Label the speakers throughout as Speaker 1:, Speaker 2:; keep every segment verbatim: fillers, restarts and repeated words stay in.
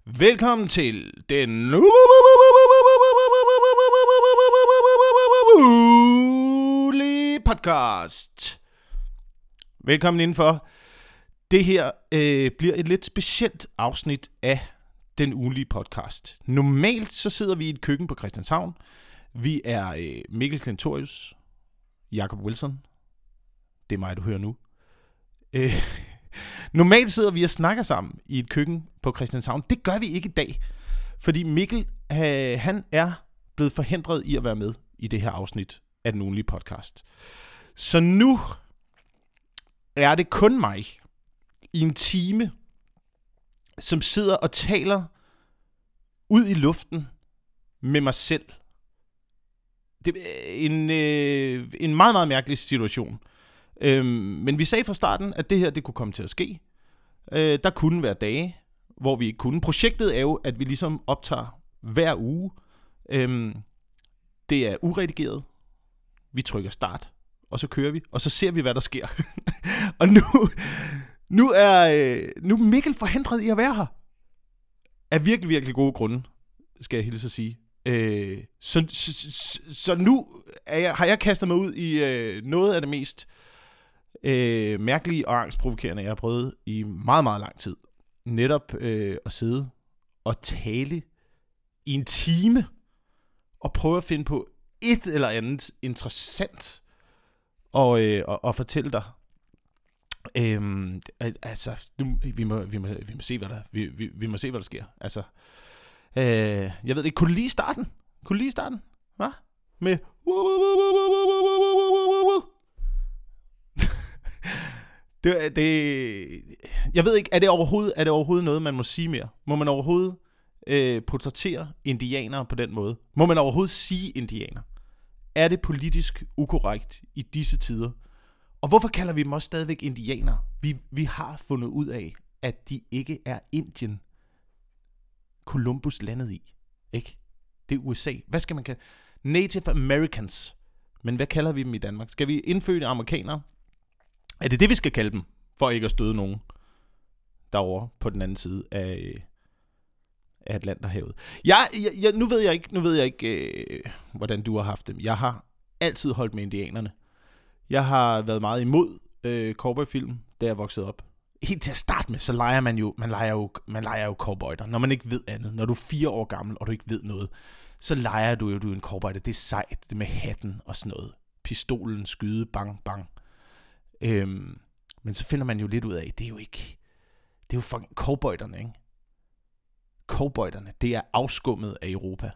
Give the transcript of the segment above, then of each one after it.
Speaker 1: Velkommen til den ugenlige podcast. Velkommen indenfor. Det her øh, bliver et lidt specielt afsnit af den ugenlige podcast. Normalt så sidder vi i et køkken på Christianshavn. Vi er øh, Mikkel Klintorius, Jacob Wilson. Det er mig, du hører nu. Øh, normalt sidder vi og snakker sammen i et køkken på Christianshavn. Det gør vi ikke i dag, fordi Mikkel øh, han er blevet forhindret i at være med i det her afsnit af den ugenlige podcast. Så nu er det kun mig i en time, som sidder og taler ud i luften med mig selv. Det er en, øh, en meget, meget mærkelig situation. Øhm, men vi sagde fra starten, at det her det kunne komme til at ske. Øh, der kunne være dage, hvor vi ikke kunne. Projektet er jo, at vi ligesom optager hver uge. Øhm, det er uredigeret. Vi trykker start, og så kører vi, og så ser vi, hvad der sker. Og nu, nu, er, øh, nu er Mikkel forhindret i at være her. Af virkelig, virkelig gode grunde, skal jeg hilse at sige. Øh, så, så, så, så nu er jeg, har jeg kastet mig ud i øh, noget af det mest øh, mærkelige og angstprovokerende, jeg har prøvet i meget, meget lang tid. Netop øh, at sidde og tale i en time og prøve at finde på et eller andet interessant og, øh, og, og fortælle dig. Øhm, altså, nu, vi, må, vi, må, vi må se, hvad der, vi, vi, vi må se, hvad der sker. Altså, øh, jeg ved ikke, kunne du lige starten? Kunne du lige starten? Hvad? Med det, det, jeg ved ikke, er det overhovedet, er det overhovedet noget, man må sige mere? Må man overhovedet øh, portrættere indianere på den måde? Må man overhovedet sige indianer? Er det politisk ukorrekt i disse tider? Og hvorfor kalder vi dem også stadigvæk indianer? Vi, vi har fundet ud af, at de ikke er Indien, Columbus landede i. Ikke? Det er U S A. Hvad skal man kalde? Native Americans. Men hvad kalder vi dem i Danmark? Skal vi indfødte amerikanere? Er det det, vi skal kalde dem? For ikke at støde nogen derovre på den anden side af, af Atlanterhavet. Jeg, jeg, jeg, nu ved jeg ikke, nu ved jeg ikke øh, hvordan du har haft dem. Jeg har altid holdt med indianerne. Jeg har været meget imod øh, cowboyfilm, da jeg voksede op. Helt til at starte med, så leger man jo, man leger jo, man leger jo cowboyter, når man ikke ved andet. Når du er fire år gammel, og du ikke ved noget, så leger du jo, du er en cowboyter. Det er sejt, det med hatten og sådan noget. Pistolen, skyde, bang, bang. Øhm, men så finder man jo lidt ud af, det er jo ikke, det er jo fucking cowboyterne, ikke? Cowboyterne, det er afskummet af Europa.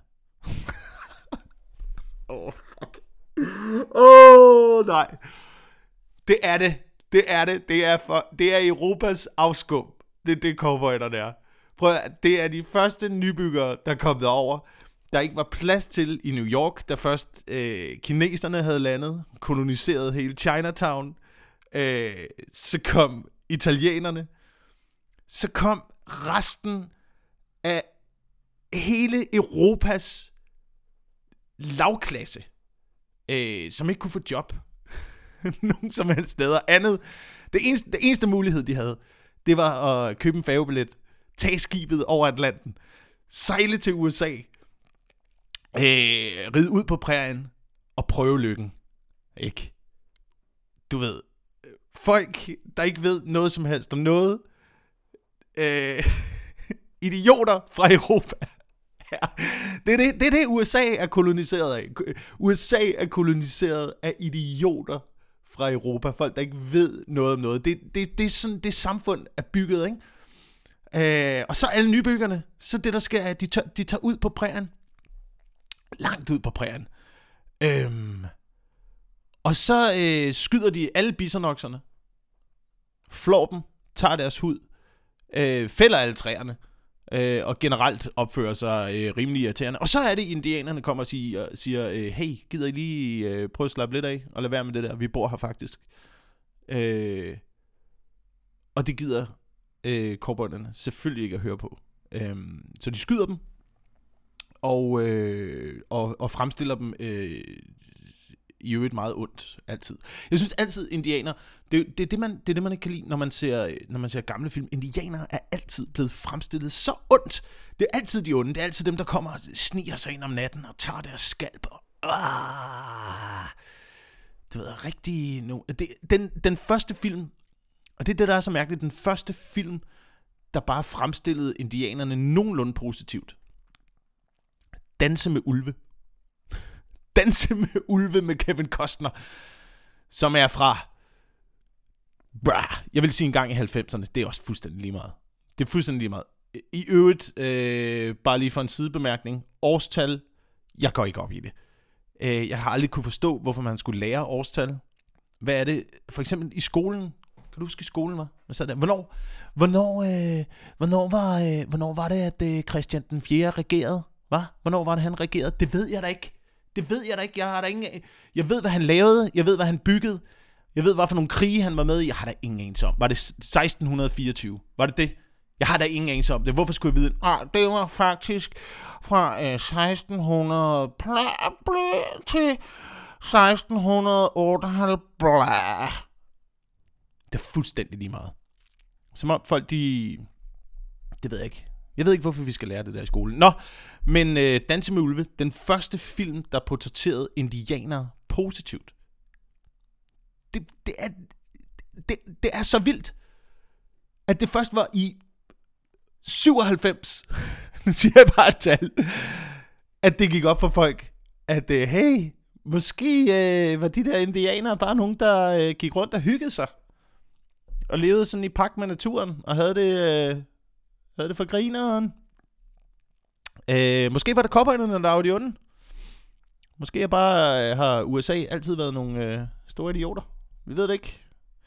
Speaker 1: Åh, oh, fuck. Åh, oh, nej. Det er det. Det er det. Det er, for, det er Europas afskum. Det er det, cowboyterne er. Prøv at, det er de første nybyggere, der kom derover. Der ikke var plads til i New York, da først øh, kineserne havde landet, koloniseret hele Chinatown. Øh, så kom italienerne. Så kom resten af hele Europas lavklasse, øh, som ikke kunne få job nogen som helst steder. Andet, det eneste, det eneste mulighed, de havde, det var at købe en færgebillet, tage skibet over Atlanten, sejle til U S A, øh, ride ud på prærien og prøve lykken. Ikke? Du ved, folk, der ikke ved noget som helst om noget, øh, idioter fra Europa. Ja, det er det, det er det, U S A er koloniseret af. U S A er koloniseret af idioter fra Europa. Folk, der ikke ved noget om noget. Det, det, det er sådan, det samfund er bygget, ikke? Øh, og så alle nybyggerne, så det der sker, at de, tør, de tager ud på prærien. Langt ud på prærien. Øhm, og så øh, skyder de alle bisonokserne. Flår dem, tager deres hud, øh, fælder alle træerne. Øh, og generelt opfører sig øh, rimelig irriterende. Og så er det, indianerne kommer og siger, siger øh, hey, gider I lige øh, prøve at slappe lidt af, og lade være med det der, vi bor her faktisk. Øh, og det gider øh, cowboyderne selvfølgelig ikke at høre på. Øh, så de skyder dem, og, øh, og, og fremstiller dem øh, i øvrigt meget ondt, altid. Jeg synes altid, indianer, det, det, er det, man, det er det, man ikke kan lide, når man ser, når man ser gamle film. Indianere er altid blevet fremstillet så ondt. Det er altid de onde. Det er altid dem, der kommer og sniger sig ind om natten og tager deres skalp. Ah, det ved rigtig... No, det, den, den første film, og det er det, der er så mærkeligt, den første film, der bare fremstillede indianerne nogenlunde positivt. Danse med ulve. Danse med ulve med Kevin Costner, som er fra, brah, jeg vil sige en gang i halvfemserne. Det er også fuldstændig lige meget. Det er fuldstændig lige meget. I øvrigt, øh, bare lige for en sidebemærkning, årstal, jeg går ikke op i det. Øh, jeg har aldrig kunne forstå, hvorfor man skulle lære årstal. Hvad er det? For eksempel i skolen. Kan du huske i skolen, var? Hvad sad der? Hvornår, hvornår, øh, hvornår, var, øh, hvornår var det, at øh, Christian den fjerde regerede? Hvad? Hvornår var det, han regerede? Det ved jeg da ikke. Det ved jeg da ikke. Jeg har da ingen... Jeg ved, hvad han lavede. Jeg ved, hvad han byggede. Jeg ved, hvad for nogle krige han var med i. Jeg har da ingen anelse om. Var det seksten fireogtyve? Var det det? Jeg har da ingen anelse om det. Hvorfor skulle jeg vide? Ah, det var faktisk fra øh, seksten hundrede bla, bla, til seksten otteoghalvtreds. Det er fuldstændig lige meget. Som om folk, de... Det ved jeg ikke. Jeg ved ikke, hvorfor vi skal lære det der i skolen. Nå, men øh, Danse med ulve, den første film, der portrætterede indianere positivt. Det, det, er, det, det er så vildt, at det først var i syvoghalvfems, nu siger jeg bare et tal, at det gik op for folk, at øh, hey, måske øh, var de der indianere bare nogen, der øh, gik rundt og hyggede sig, og levede sådan i pagt med naturen, og havde det... Øh, Havde det for grineren. Øh, måske var det cowboyderne, der var de onde. Måske er bare, øh, har U S A altid været nogle øh, store idioter. Vi ved det ikke.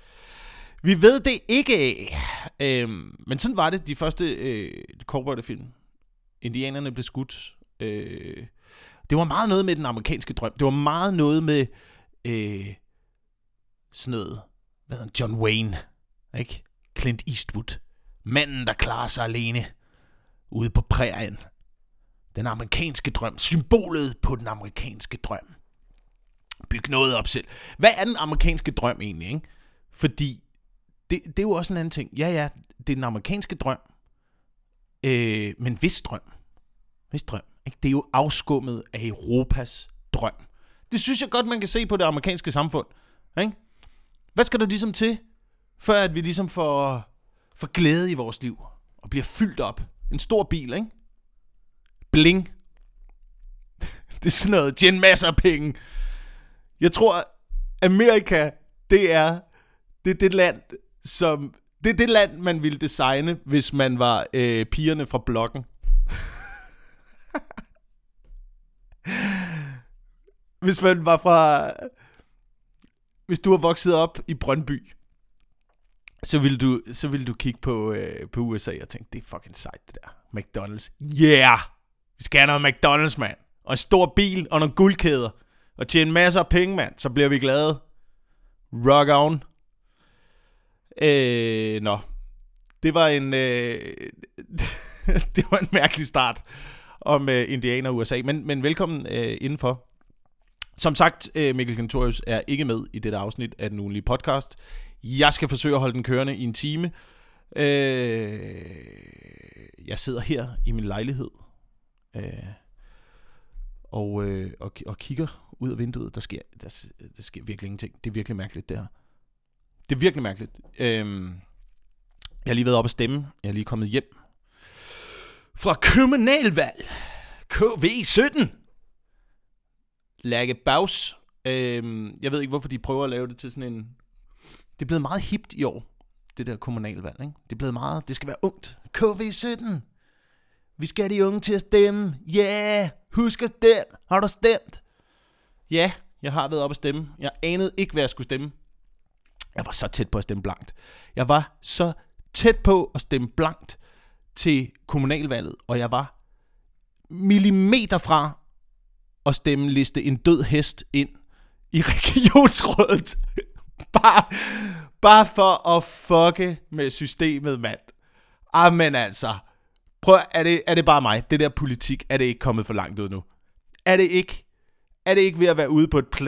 Speaker 1: Vi ved det ikke. Øh, men sådan var det, de første øh, cowboyderfilm. Indianerne blev skudt. Øh, det var meget noget med den amerikanske drøm. Det var meget noget med øh, sådan noget. Hvad hedder John Wayne. Ikke? Clint Eastwood. Manden, der klarer sig alene ude på prærien. Den amerikanske drøm. Symbolet på den amerikanske drøm. Byg noget op selv. Hvad er den amerikanske drøm egentlig? Ikke? Fordi det, det er jo også en anden ting. Ja, ja, det er den amerikanske drøm. Øh, men hvis drøm. Hvis drøm. Ikke? Det er jo afskummet af Europas drøm. Det synes jeg godt, man kan se på det amerikanske samfund. Ikke? Hvad skal der ligesom til, før at vi ligesom får... for glæde i vores liv, og bliver fyldt op. En stor bil, ikke? Bling. Det er sådan noget, tjene masser af penge. Jeg tror, Amerika, det er, det er det land, som, det er det land, man ville designe, hvis man var øh, pigerne fra Blokken. Hvis man var fra, hvis du var vokset op i Brøndby, Så vil du så vil du kigge på øh, på U S A og tænke, det er fucking sejt det der. McDonald's. Yeah! Vi skal have noget McDonald's, mand. Og en stor bil og nogle guldkæder. Og tjene masser af penge, mand. Så bliver vi glade. Rock on. Øh, nå. Det var en øh, det var en mærkelig start om øh, indianer og U S A. Men, men velkommen øh, indenfor. Som sagt, øh, Mikkel Klintorius er ikke med i dette afsnit af den ugenlige podcast. Jeg skal forsøge at holde den kørende i en time. Øh, jeg sidder her i min lejlighed øh, og, øh, og, og kigger ud af vinduet. Der sker, der, der sker virkelig ingenting. Det er virkelig mærkeligt, det her. Det er virkelig mærkeligt. Øh, jeg har lige været oppe at stemme. Jeg er lige kommet hjem fra kommunalvalg. K V sytten. Lærke Baus. Øh, jeg ved ikke, hvorfor de prøver at lave det til sådan en... Det er blevet meget hipt i år, det der kommunalvalg, ikke? Det er blevet meget, det skal være ungt. K V sytten. Vi skal have de unge til at stemme. Ja, yeah. Husk at stemme. Har du stemt? Ja, jeg har været oppe at stemme. Jeg anede ikke, hvad jeg skulle stemme. Jeg var så tæt på at stemme blankt. Jeg var så tæt på at stemme blankt til kommunalvalget, og jeg var millimeter fra at stemme liste en død hest ind i regionsrådet. Bare, bare for at fucke med systemet, mand. Amen altså. Prøv, er det, er det bare mig? Det der politik, er det ikke kommet for langt ud nu? Er det ikke, er det ikke ved at være ude på et plan,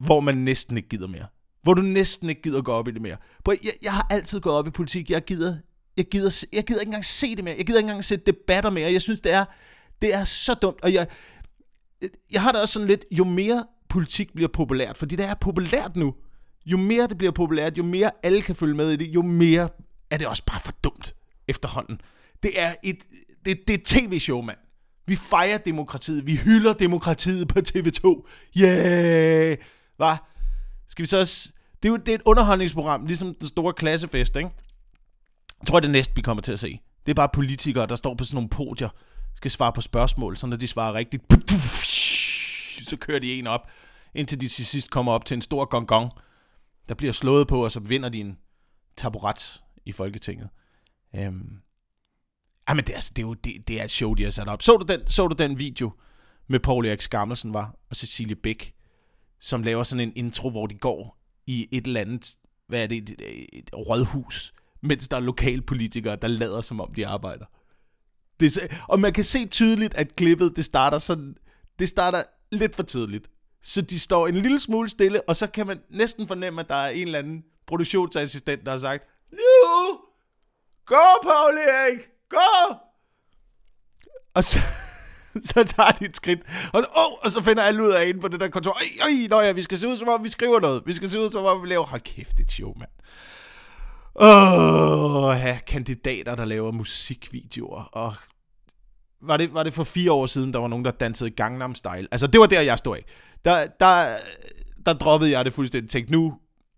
Speaker 1: hvor man næsten ikke gider mere. Hvor du næsten ikke gider gå op i det mere. Jeg, jeg har altid gået op i politik. Jeg gider, jeg, gider, jeg gider ikke engang se det mere. Jeg gider ikke engang se debatter mere. Jeg synes, det er, det er så dumt. Og jeg, jeg har det også sådan lidt, jo mere politik bliver populært, fordi det er populært nu, jo mere det bliver populært, jo mere alle kan følge med i det, jo mere er det også bare for dumt efterhånden. Det er et, det, det er et tv-show, mand. Vi fejrer demokratiet. Vi hylder demokratiet på T V to. Yeah! Hva? Skal vi så også... Det er jo det er et underholdningsprogram, ligesom den store klassefest, ikke? Jeg tror, det er næste, vi kommer til at se. Det er bare politikere, der står på sådan nogle podier, skal svare på spørgsmål, så når de svarer rigtigt, så kører de en op, indtil de til sidst kommer op til en stor gong-gong, der bliver slået på, og så vinder de en taburet i Folketinget. Øhm... Jamen, det er, det, er jo, det, det er et show, de har sat op. Så du den, så du den video med Poul Erik Skammelsen, var, og Cecilie Bæk, som laver sådan en intro, hvor de går i et eller andet, hvad er det, et, et rådhus, mens der er lokalpolitikere, der lader som om de arbejder. Det er, og man kan se tydeligt, at klippet, det starter sådan, det starter lidt for tidligt. Så de står en lille smule stille, og så kan man næsten fornemme, at der er en eller anden produktionsassistent, der har sagt, nu, gå Poul Erik, gå! Og så, så tager de et skridt, og, oh, og så finder alle ud af inde på det der kontor. Øj, øj, nå ja, vi skal se ud som om vi skriver noget. Vi skal se ud som om vi laver. Hold kæft, det er et show, mand. Åh, oh, ja, kandidater, der laver musikvideoer. Og var det, var det for fire år siden, der var nogen, der dansede Gangnam Style? Altså, det var der, jeg stod af. Der, der, der droppede jeg det fuldstændig. Tænkte, nu,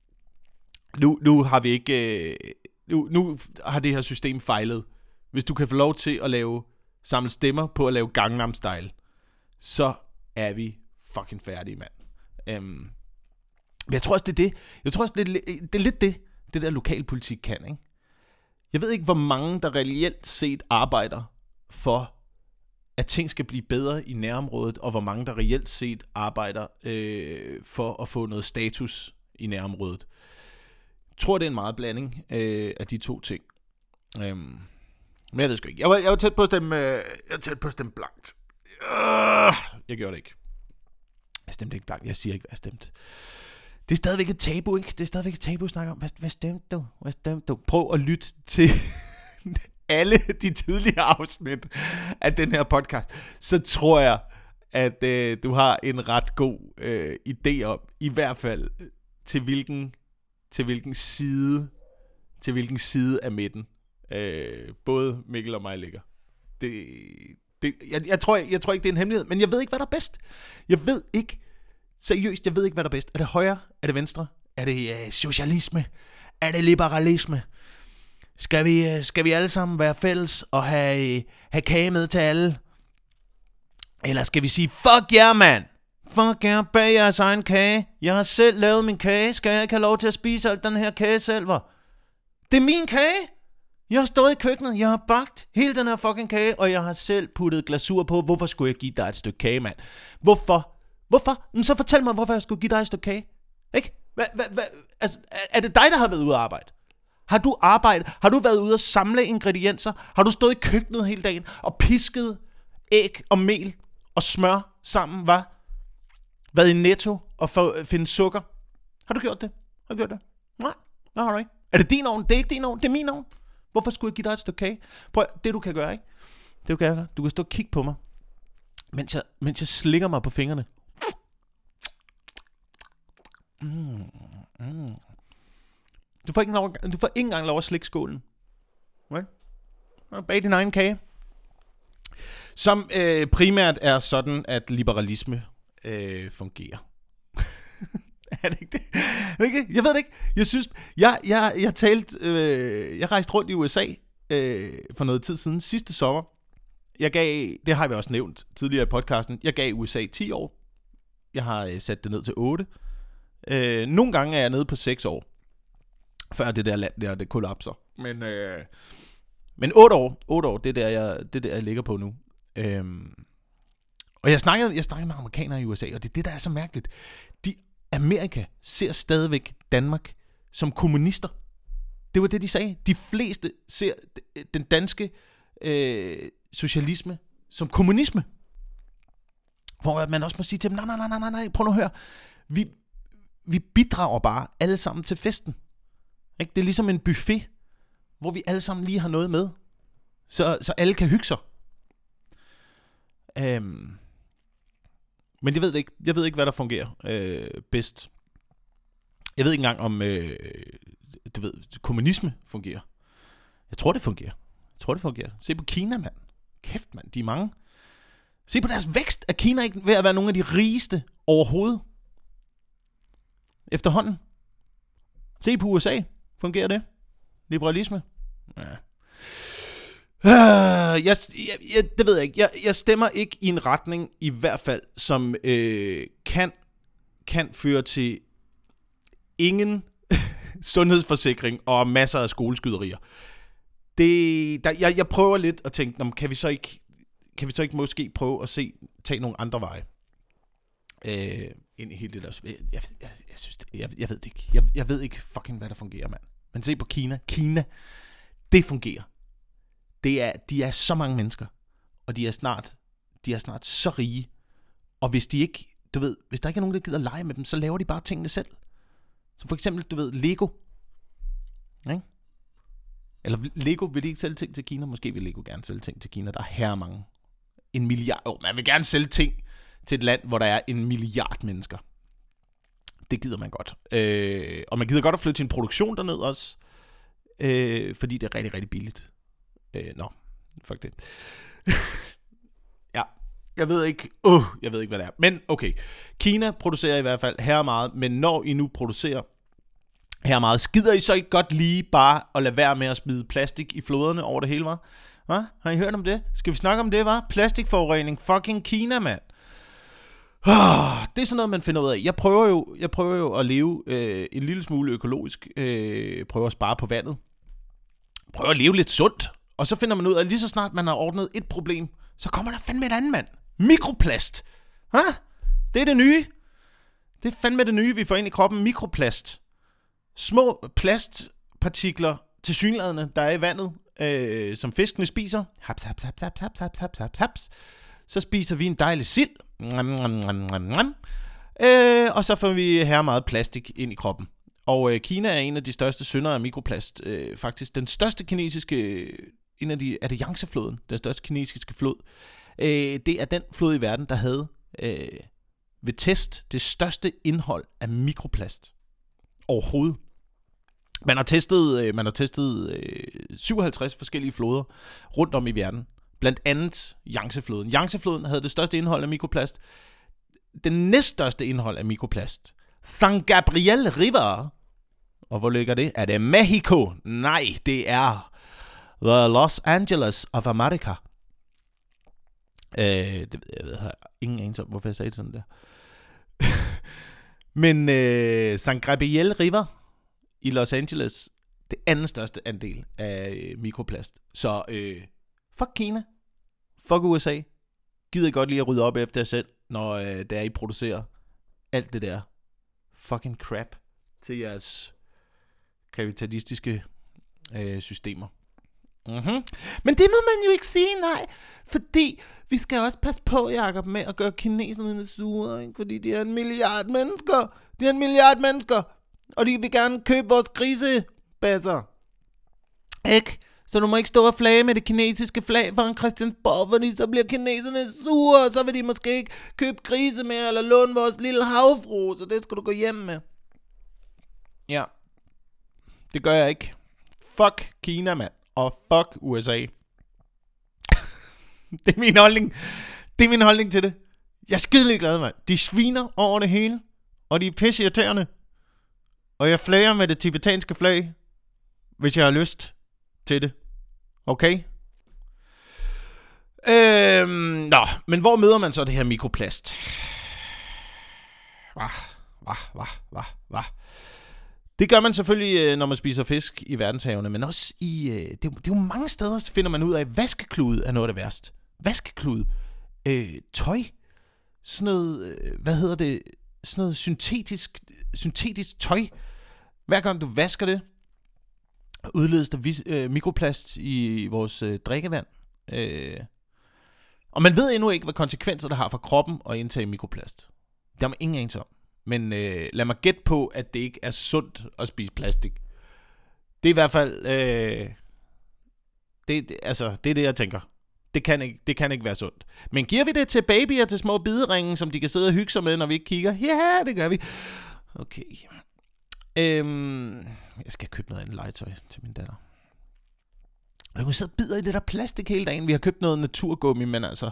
Speaker 1: nu, nu har vi ikke... Nu, nu har det her system fejlet. Hvis du kan få lov til at lave samle stemmer på at lave Gangnam Style, så er vi fucking færdige, mand. Um, men jeg tror også, det er det. Jeg tror også, det er, det er lidt det, det der lokalpolitik kan, ikke? Jeg ved ikke, hvor mange, der reelt set arbejder for, at ting skal blive bedre i nærområdet, og hvor mange, der reelt set arbejder øh, for at få noget status i nærområdet. Jeg tror, det er en meget blanding øh, af de to ting. Um, Men jeg ved sgu ikke. Jeg var, jeg var tæt på at stemme, jeg var tæt på at stemme blankt. Jeg gjorde det ikke. Jeg stemte ikke blankt. Jeg siger ikke, hvad jeg stemte. Det er stadigvæk et tabu, ikke? Det er stadigvæk et tabu at snakke om. Hvad, hvad stemte du? Hvad stemte du? Prøv at lytte til alle de tidligere afsnit af den her podcast. Så tror jeg, at øh, du har en ret god øh, idé om, i hvert fald til hvilken, til hvilken side, til hvilken side af midten. Øh, både Mikkel og mig ligger. Det, det, jeg, jeg, tror, jeg, jeg tror ikke, det er en hemmelighed, men jeg ved ikke, hvad der er bedst. Jeg ved ikke, seriøst, jeg ved ikke, hvad der er bedst. Er det højre? Er det venstre? Er det øh, socialisme? Er det liberalisme? Skal vi, øh, skal vi alle sammen være fælles og have, øh, have kage med til alle? Eller skal vi sige, fuck jer, yeah, mand! Fuck jer, yeah, bag jeres egen kage. Jeg har selv lavet min kage. Skal jeg ikke have lov til at spise alt den her kage selv? Det er min kage! Jeg har stået i køkkenet, jeg har bagt hele den her fucking kage, og jeg har selv puttet glasur på. Hvorfor skulle jeg give dig et stykke kage, mand? Hvorfor? Hvorfor? Men så fortæl mig, hvorfor jeg skulle give dig et stykke kage. Ikke? Hva, hva, hva? Altså, er det dig, der har været ude at arbejde? Har du arbejdet? Har du været ude at samle ingredienser? Har du stået i køkkenet hele dagen og pisket æg og mel og smør sammen, hva? Været i Netto og få, finde sukker? Har du gjort det? Har du gjort det? Nej, det har du ikke. Er det din ovn? Det er ikke din ovn, det er min ovn. Hvorfor skulle jeg give dig et stykke kage? Prøv, det du kan gøre, ikke? Det du kan gøre, du kan stå og kigge på mig, mens jeg, mens jeg slikker mig på fingrene. Mm, mm. Du får ikke lov, du får ikke engang lov at slikke skålen. Right? Bag din egen kage. Som øh, primært er sådan, at liberalisme øh, fungerer. Er det ikke det? Er det ikke? Jeg ved det ikke. Jeg synes, jeg, jeg, jeg talte, øh, jeg rejste rundt i U S A øh, for noget tid siden, sidste sommer. Jeg gav, det har vi også nævnt tidligere i podcasten, jeg gav U S A ti år. Jeg har øh, sat det ned til otte. Øh, nogle gange er jeg nede på seks år, før det der land der, det kollapser. Men, øh, men otte år, otte år, det er der, jeg, det er der, jeg ligger på nu. Øh, og jeg snakkede, jeg snakkede med amerikanere i U S A, og det er det, der er så mærkeligt. De Amerika ser stadigvæk Danmark som kommunister. Det var det, de sagde. De fleste ser den danske øh, socialisme som kommunisme. Hvor man også må sige til dem, nej, nej, nej, nej, nej, prøv nu at høre. Vi, vi bidrager bare alle sammen til festen. Ikke? Det er ligesom en buffet, hvor vi alle sammen lige har noget med, så, så alle kan hygge sig. Øhm. Men jeg ved ikke, jeg ved ikke, hvad der fungerer øh, bedst. Jeg ved ikke engang, om øh, du ved, kommunisme fungerer. Jeg tror, det fungerer. Jeg tror, det fungerer. Se på Kina, mand. Kæft, mand, de er mange. Se på deres vækst. Er Kina ikke ved at være nogle af de rigeste overhovedet? Efterhånden. Se på U S A. Fungerer det? Liberalisme? Ja. Uh, jeg, jeg, jeg, det ved jeg ikke. Jeg, jeg stemmer ikke i en retning, i hvert fald, som øh, kan, kan føre til ingen sundhedsforsikring og masser af skoleskyderier. Det, der, jeg, jeg prøver lidt at tænke, kan vi så ikke, kan vi så ikke måske prøve at se, tage nogle andre veje øh, ind i hele det der. Jeg, jeg, jeg, jeg synes, det, jeg, jeg ved det ikke. Jeg, jeg ved ikke fucking, hvad der fungerer, mand. Men se på Kina. Kina, det fungerer. Det er, de er så mange mennesker, og de er snart, de er snart så rige. Og hvis de ikke, du ved, hvis der ikke er nogen, der gider lege med dem, så laver de bare tingene selv. Som for eksempel, du ved, Lego. Ikke? Eller Lego, vil de ikke sælge ting til Kina? Måske vil Lego gerne sælge ting til Kina. Der er her mange. En milliard. Oh, man vil gerne sælge ting til et land, hvor der er en milliard mennesker. Det gider man godt. Øh, og man gider godt at flytte sin produktion derned også. Øh, fordi det er rigtig, rigtig billigt. Øh, nå, fuck det. Ja, jeg ved ikke, uh, jeg ved ikke, hvad det er. Men okay, Kina producerer i hvert fald her meget, men når I nu producerer her meget, skider I så ikke godt lige bare at lade være med at smide plastik i floderne over det hele, var? Hva? Har I hørt om det? Skal vi snakke om det, var? Plastikforurening, fucking Kina, mand. Det er sådan noget, man finder ud af. Jeg prøver jo, jeg prøver jo at leve øh, en lille smule økologisk, øh, prøver at spare på vandet, prøver at leve lidt sundt. Og så finder man ud af, at lige så snart man har ordnet et problem, så kommer der fandme et andet, mand. Mikroplast. Ha? Det er det nye. Det er fandme det nye, vi får ind i kroppen. Mikroplast. Små plastpartikler, tilsyneladende, der er i vandet, øh, som fiskene spiser. Haps, haps, haps, haps, haps, haps, haps, haps, haps. Så spiser vi en dejlig sild. Øh, og så får vi her meget plastik ind i kroppen. Og øh, Kina er en af de største syndere af mikroplast. Øh, faktisk den største kinesiske, en af de, er det Yangtze-floden, den største kinesiske flod. Øh, det er den flod i verden, der havde øh, ved test det største indhold af mikroplast overhovedet. Man har testet, øh, man har testet øh, syvoghalvtreds forskellige floder rundt om i verden. Blandt andet Yangtze-floden. Yangtze-floden havde det største indhold af mikroplast. Den næststørste indhold af mikroplast, San Gabriel River. Og hvor ligger det? Er det Mexico? Nej, det er The Los Angeles of America. Øh, det, jeg ved, jeg har ingen anelse om, hvorfor jeg sagde det sådan der. Men øh, San Gabriel River i Los Angeles, det anden største andel af øh, mikroplast. Så øh, fuck Kina. Fuck U S A. Gider godt lige at rydde op efter jer selv, når øh, det er, I producerer alt det der fucking crap til jeres kapitalistiske øh, systemer. Mm-hmm. Men det må man jo ikke sige, nej. Fordi vi skal også passe på, Jacob, med at gøre kineserne sure, ikke? Fordi de er en milliard mennesker. De er en milliard mennesker. Og de vil gerne købe vores grisebasser. Ikke? Så du må ikke stå og flage med det kinesiske flag foran Christiansborg, fordi så bliver kineserne sure, og så vil de måske ikke købe grise mere, eller låne vores lille havfru, så det skal du gå hjem med. Ja. Det gør jeg ikke. Fuck Kina, mand. Og fuck U S A. Det er min holdning. Det er min holdning til det. Jeg er skidelig glad, mand. De sviner over det hele, og de er pisseirriterende. Og jeg flager med det tibetanske flag, hvis jeg har lyst til det. Okay? Øhm, nå, men hvor møder man så det her mikroplast? Hva, hva, hva, hva, hva. Det gør man selvfølgelig, når man spiser fisk i verdenshavene, men også i... Det, det er jo mange steder, så finder man ud af, at vaskeklude er noget af det værste. Vaskeklude. Øh, tøj. Sådan noget... Hvad hedder det? Sådan noget syntetisk, syntetisk tøj. Hver gang du vasker det, udledes der vis, øh, mikroplast i vores øh, drikkevand. Øh. Og man ved endnu ikke, hvad konsekvenser det har for kroppen at indtage mikroplast. Det har man ingen anelse om. Men øh, lad mig gætte på, at det ikke er sundt at spise plastik. Det er i hvert fald... Øh, det, det, altså, det er det, jeg tænker. Det kan, ikke, det kan ikke være sundt. Men giver vi det til babyer, til små bideringe, som de kan sidde og hygge sig med, når vi ikke kigger? Ja, det gør vi. Okay. Øhm, jeg skal købe noget andet legetøj til min datter. Jeg kan sidde og bider i det der plastik hele dagen. Vi har købt noget naturgummi, men altså...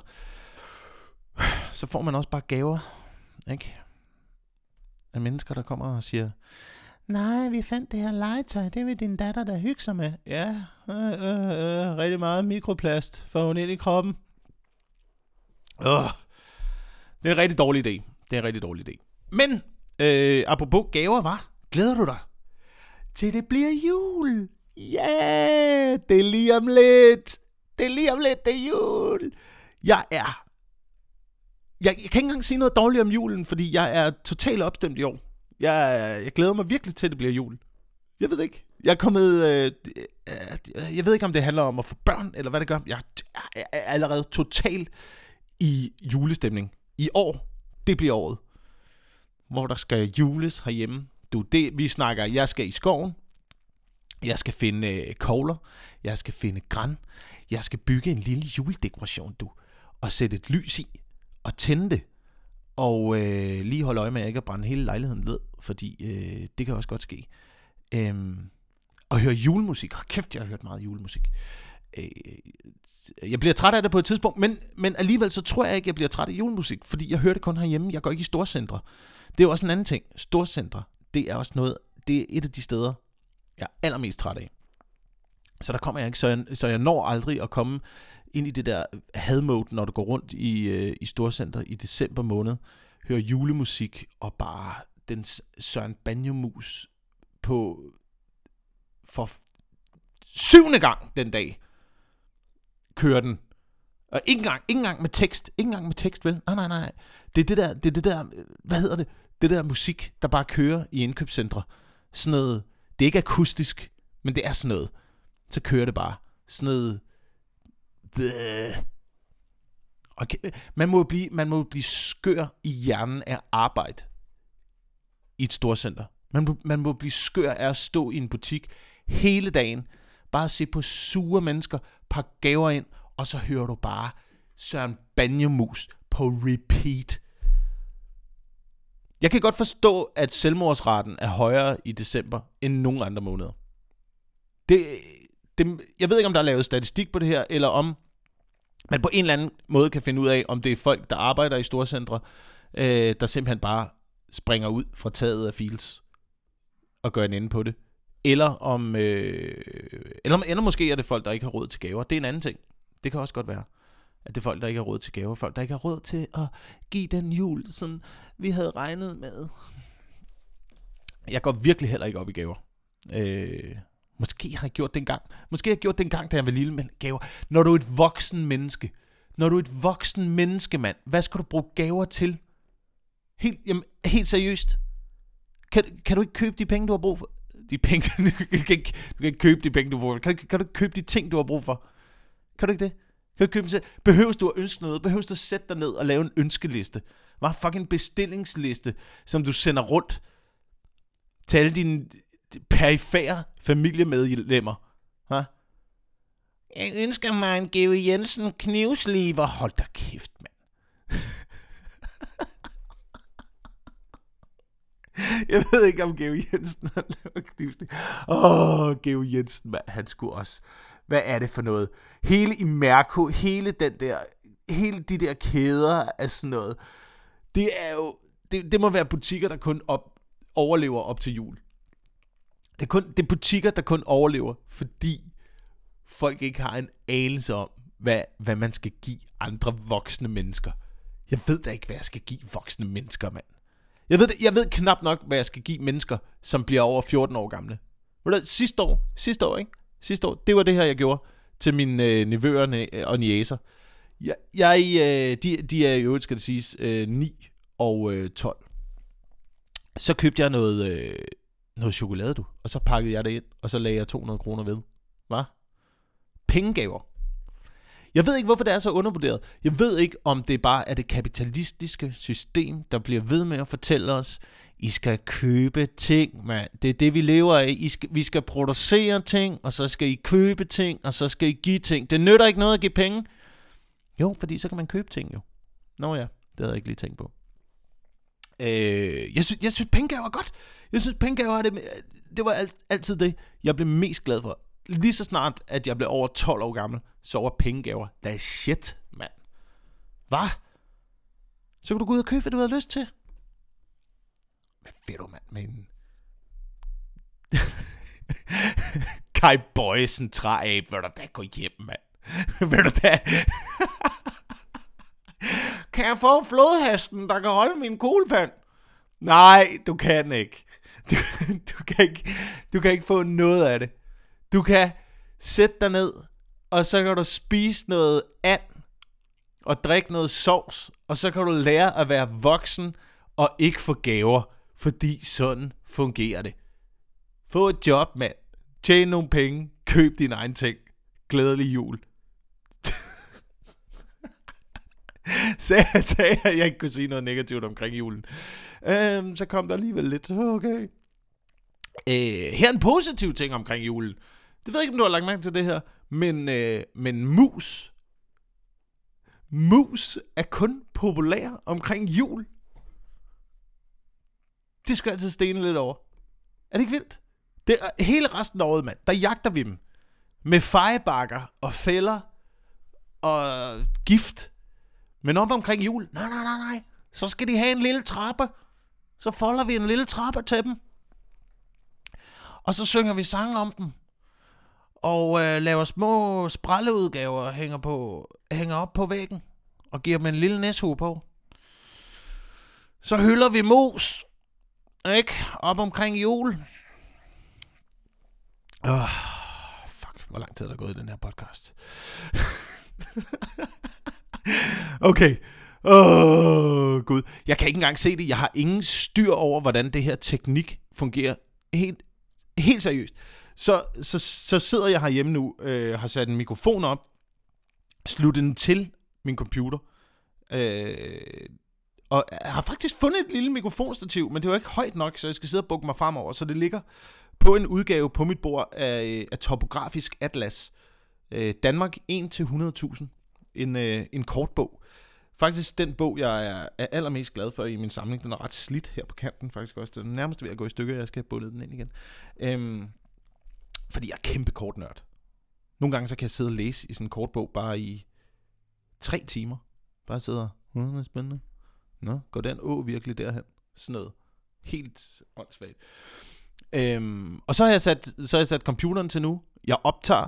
Speaker 1: Så får man også bare gaver, ikke? Af mennesker, der kommer og siger... Nej, vi fandt det her legetøj. Det vil din datter, der hygge sig med. Ja, øh, øh, øh, rigtig meget mikroplast. Får hun ind i kroppen. Øh, det er en rigtig dårlig idé. Det er en rigtig dårlig idé. Men, øh, apropos gaver, var. Glæder du dig til det bliver jul? Ja, yeah, det er lige om lidt. Det er lige om lidt, det er jul. Jeg er... Jeg, jeg kan ikke engang sige noget dårligt om julen, fordi jeg er totalt opstemt i år. Jeg, jeg glæder mig virkelig til, at det bliver jul. Jeg ved ikke. Jeg er kommet... Øh, øh, jeg ved ikke, om det handler om at få børn, eller hvad det gør. Jeg er allerede totalt i julestemning. I år, det bliver året. Hvor der skal jules herhjemme. Du, det, vi snakker, jeg skal i skoven. Jeg skal finde øh, kogler. Jeg skal finde gran. Jeg skal bygge en lille juledekoration, du. Og sætte et lys i. Og tænde det. Og øh, lige holde øje med, at jeg ikke brænde hele lejligheden ned, fordi øh, det kan også godt ske. Øhm, og høre julemusik. Hold kæft, jeg har hørt meget julemusik. Øh, jeg bliver træt af det på et tidspunkt, men, men alligevel så tror jeg ikke, jeg bliver træt af julemusik, fordi jeg hører det kun herhjemme. Jeg går ikke i storcentre. Det er jo også en anden ting. Storcentre, det er også noget, det er et af de steder, jeg er allermest træt af. Så der kommer jeg ikke, så jeg, så jeg når aldrig at komme ind i det der hadmode, når du går rundt i, øh, i storcenter i december måned, hører julemusik og bare den Søren Banjo-mus på for syvende gang den dag kører den. Og ikke engang, ikke engang med tekst, ikke engang med tekst, vel? Nej, nej, nej. Det er det der, det er det der, hvad hedder det? Det der musik, der bare kører i indkøbscentre. Sådan noget, det er ikke akustisk, men det er sådan noget. Så kører det bare. Sådan noget. Okay. Man må blive, man må blive skør i hjernen af arbejde i et storcenter. Man må, man må blive skør af at stå i en butik hele dagen, bare se på sure mennesker, pakke gaver ind, og så hører du bare Søren Banjo-mus på repeat. Jeg kan godt forstå, at selvmordsraten er højere i december end nogen andre måneder. Det, det, jeg ved ikke, om der er lavet statistik på det her, eller om man på en eller anden måde kan finde ud af, om det er folk, der arbejder i storcentre, øh, der simpelthen bare springer ud fra taget af Fields og gør en ende på det. Eller om, øh, eller, eller måske er det folk, der ikke har råd til gaver. Det er en anden ting. Det kan også godt være, at det er folk, der ikke har råd til gaver. Folk, der ikke har råd til at give den jul, som vi havde regnet med. Jeg går virkelig heller ikke op i gaver. Øh, måske har jeg gjort det engang. Måske har jeg gjort det engang, da jeg var lille, men gaver. Når du er et voksen menneske, når du er et voksen menneske, mand, hvad skal du bruge gaver til? Helt, jamen, helt seriøst. Kan, kan du ikke købe de penge, du har brug for? De penge, du, kan ikke, du kan ikke købe de penge, du har brug for. Kan, kan du ikke købe de ting, du har brug for? Kan du ikke det? Kan du købe dem selv? Behøves du at ønske noget? Behøves du at sætte dig ned og lave en ønskeliste? Hvad fucking bestillingsliste, som du sender rundt til alle dine perifære familiemedlemmer? Ha? Jeg ønsker mig en Georg Jensen knivsliver. Hold da kæft, mand. Jeg ved ikke, om Georg Jensen har lavet knivsliver. Åh, oh, Georg Jensen, mand. Han skulle også... Hvad er det for noget? Hele Imerco, hele den der, hele de der kæder af sådan noget. Det er jo, det, det må være butikker, der kun op, overlever op til jul. Det er, kun, det er butikker, der kun overlever, fordi folk ikke har en anelse om, hvad, hvad man skal give andre voksne mennesker. Jeg ved da ikke, hvad jeg skal give voksne mennesker, mand. Jeg ved, jeg ved knap nok, hvad jeg skal give mennesker, som bliver over fjorten år gamle. Sidste år, sidste år, ikke? Sidste år, det var det her, jeg gjorde til mine øh, nevøer og niæser. Jeg, jeg, øh, de, de er i øvrigt, skal det siges, øh, ni og øh, tolv. Så købte jeg noget, øh, noget chokolade, du. Og så pakkede jeg det ind, og så lagde jeg to hundrede kroner ved. Hva? Pengegaver. Jeg ved ikke, hvorfor det er så undervurderet. Jeg ved ikke, om det bare er det kapitalistiske system, der bliver ved med at fortælle os, I skal købe ting, mand. Det er det, vi lever af. I skal, vi skal producere ting, og så skal I købe ting, og så skal I give ting. Det nytter ikke noget at give penge. Jo, fordi så kan man købe ting jo. Nå ja, det havde jeg ikke lige tænkt på. Øh, jeg, synes, jeg synes, pengegaver er godt. Jeg synes, pengegaver er det, det var alt, altid det, jeg blev mest glad for. Lige så snart, at jeg blev over tolv år gammel, så var pengegaver. Det er shit, mand. Hvad? Så kan du gå ud og købe, hvad du havde lyst til. Hvad ved du, mand, med en Kai Boysen træab, vil du da gå hjem, mand. Vil du da Kan jeg få flodhesten, der kan holde min kuglepand? Nej, du kan ikke. Du, du, kan ikke. du kan ikke få noget af det. Du kan sætte dig ned, og så kan du spise noget and, og drikke noget sovs, og så kan du lære at være voksen, og ikke få gaver, fordi sådan fungerer det. Få et job, mand. Tjen nogle penge. Køb dine egne ting. Glædelig jul. Så jeg sagde, at jeg ikke kunne sige noget negativt omkring julen. Øhm, så kom der alligevel lidt. Okay. Øh, her er en positiv ting omkring julen. Det ved jeg ikke, om du har lagt mærke til det her. Men, øh, men mus. Mus er kun populær omkring jul. Det skal jeg altid stene lidt over. Er det ikke vildt? Det er, hele resten af året, mand, der jagter vi dem. Med fejebakker og fælder og gift. Men op omkring jul, nej, nej, nej, nej. Så skal de have en lille trappe. Så folder vi en lille trappe til dem. Og så synger vi sange om dem. Og øh, laver små sprælleudgaver og hænger, på, hænger op på væggen. Og giver dem en lille næshue på. Så hylder vi mus. Ikke? Op omkring jul. Oh, fuck, hvor lang tid er der gået i den her podcast? Okay. Åh, oh, Gud. Jeg kan ikke engang se det. Jeg har ingen styr over, hvordan det her teknik fungerer. Helt, helt seriøst. Så, så, så sidder jeg herhjemme nu, øh, har sat en mikrofon op, sluttet den til min computer, øh, og har faktisk fundet et lille mikrofonstativ, men det var ikke højt nok, så jeg skal sidde og bukke mig fremover. Så det ligger på en udgave på mit bord af, af Topografisk Atlas. Øh, Danmark en til hundrede tusind. En, øh, en kort bog. Faktisk den bog, jeg er, er allermest glad for i min samling. Den er ret slidt her på kanten faktisk også. Den er nærmest ved at gå i stykker, jeg skal have bundet den ind igen. Øhm, fordi jeg er kæmpe kortnørd. Nogle gange så kan jeg sidde og læse i sådan en kort bog bare i tre timer. Bare sidder, hm, det er spændende. Nå, går den å virkelig derhen? Sådan noget. Helt åndssvagt. Øhm, og så har, jeg sat, så har jeg sat computeren til nu. Jeg optager.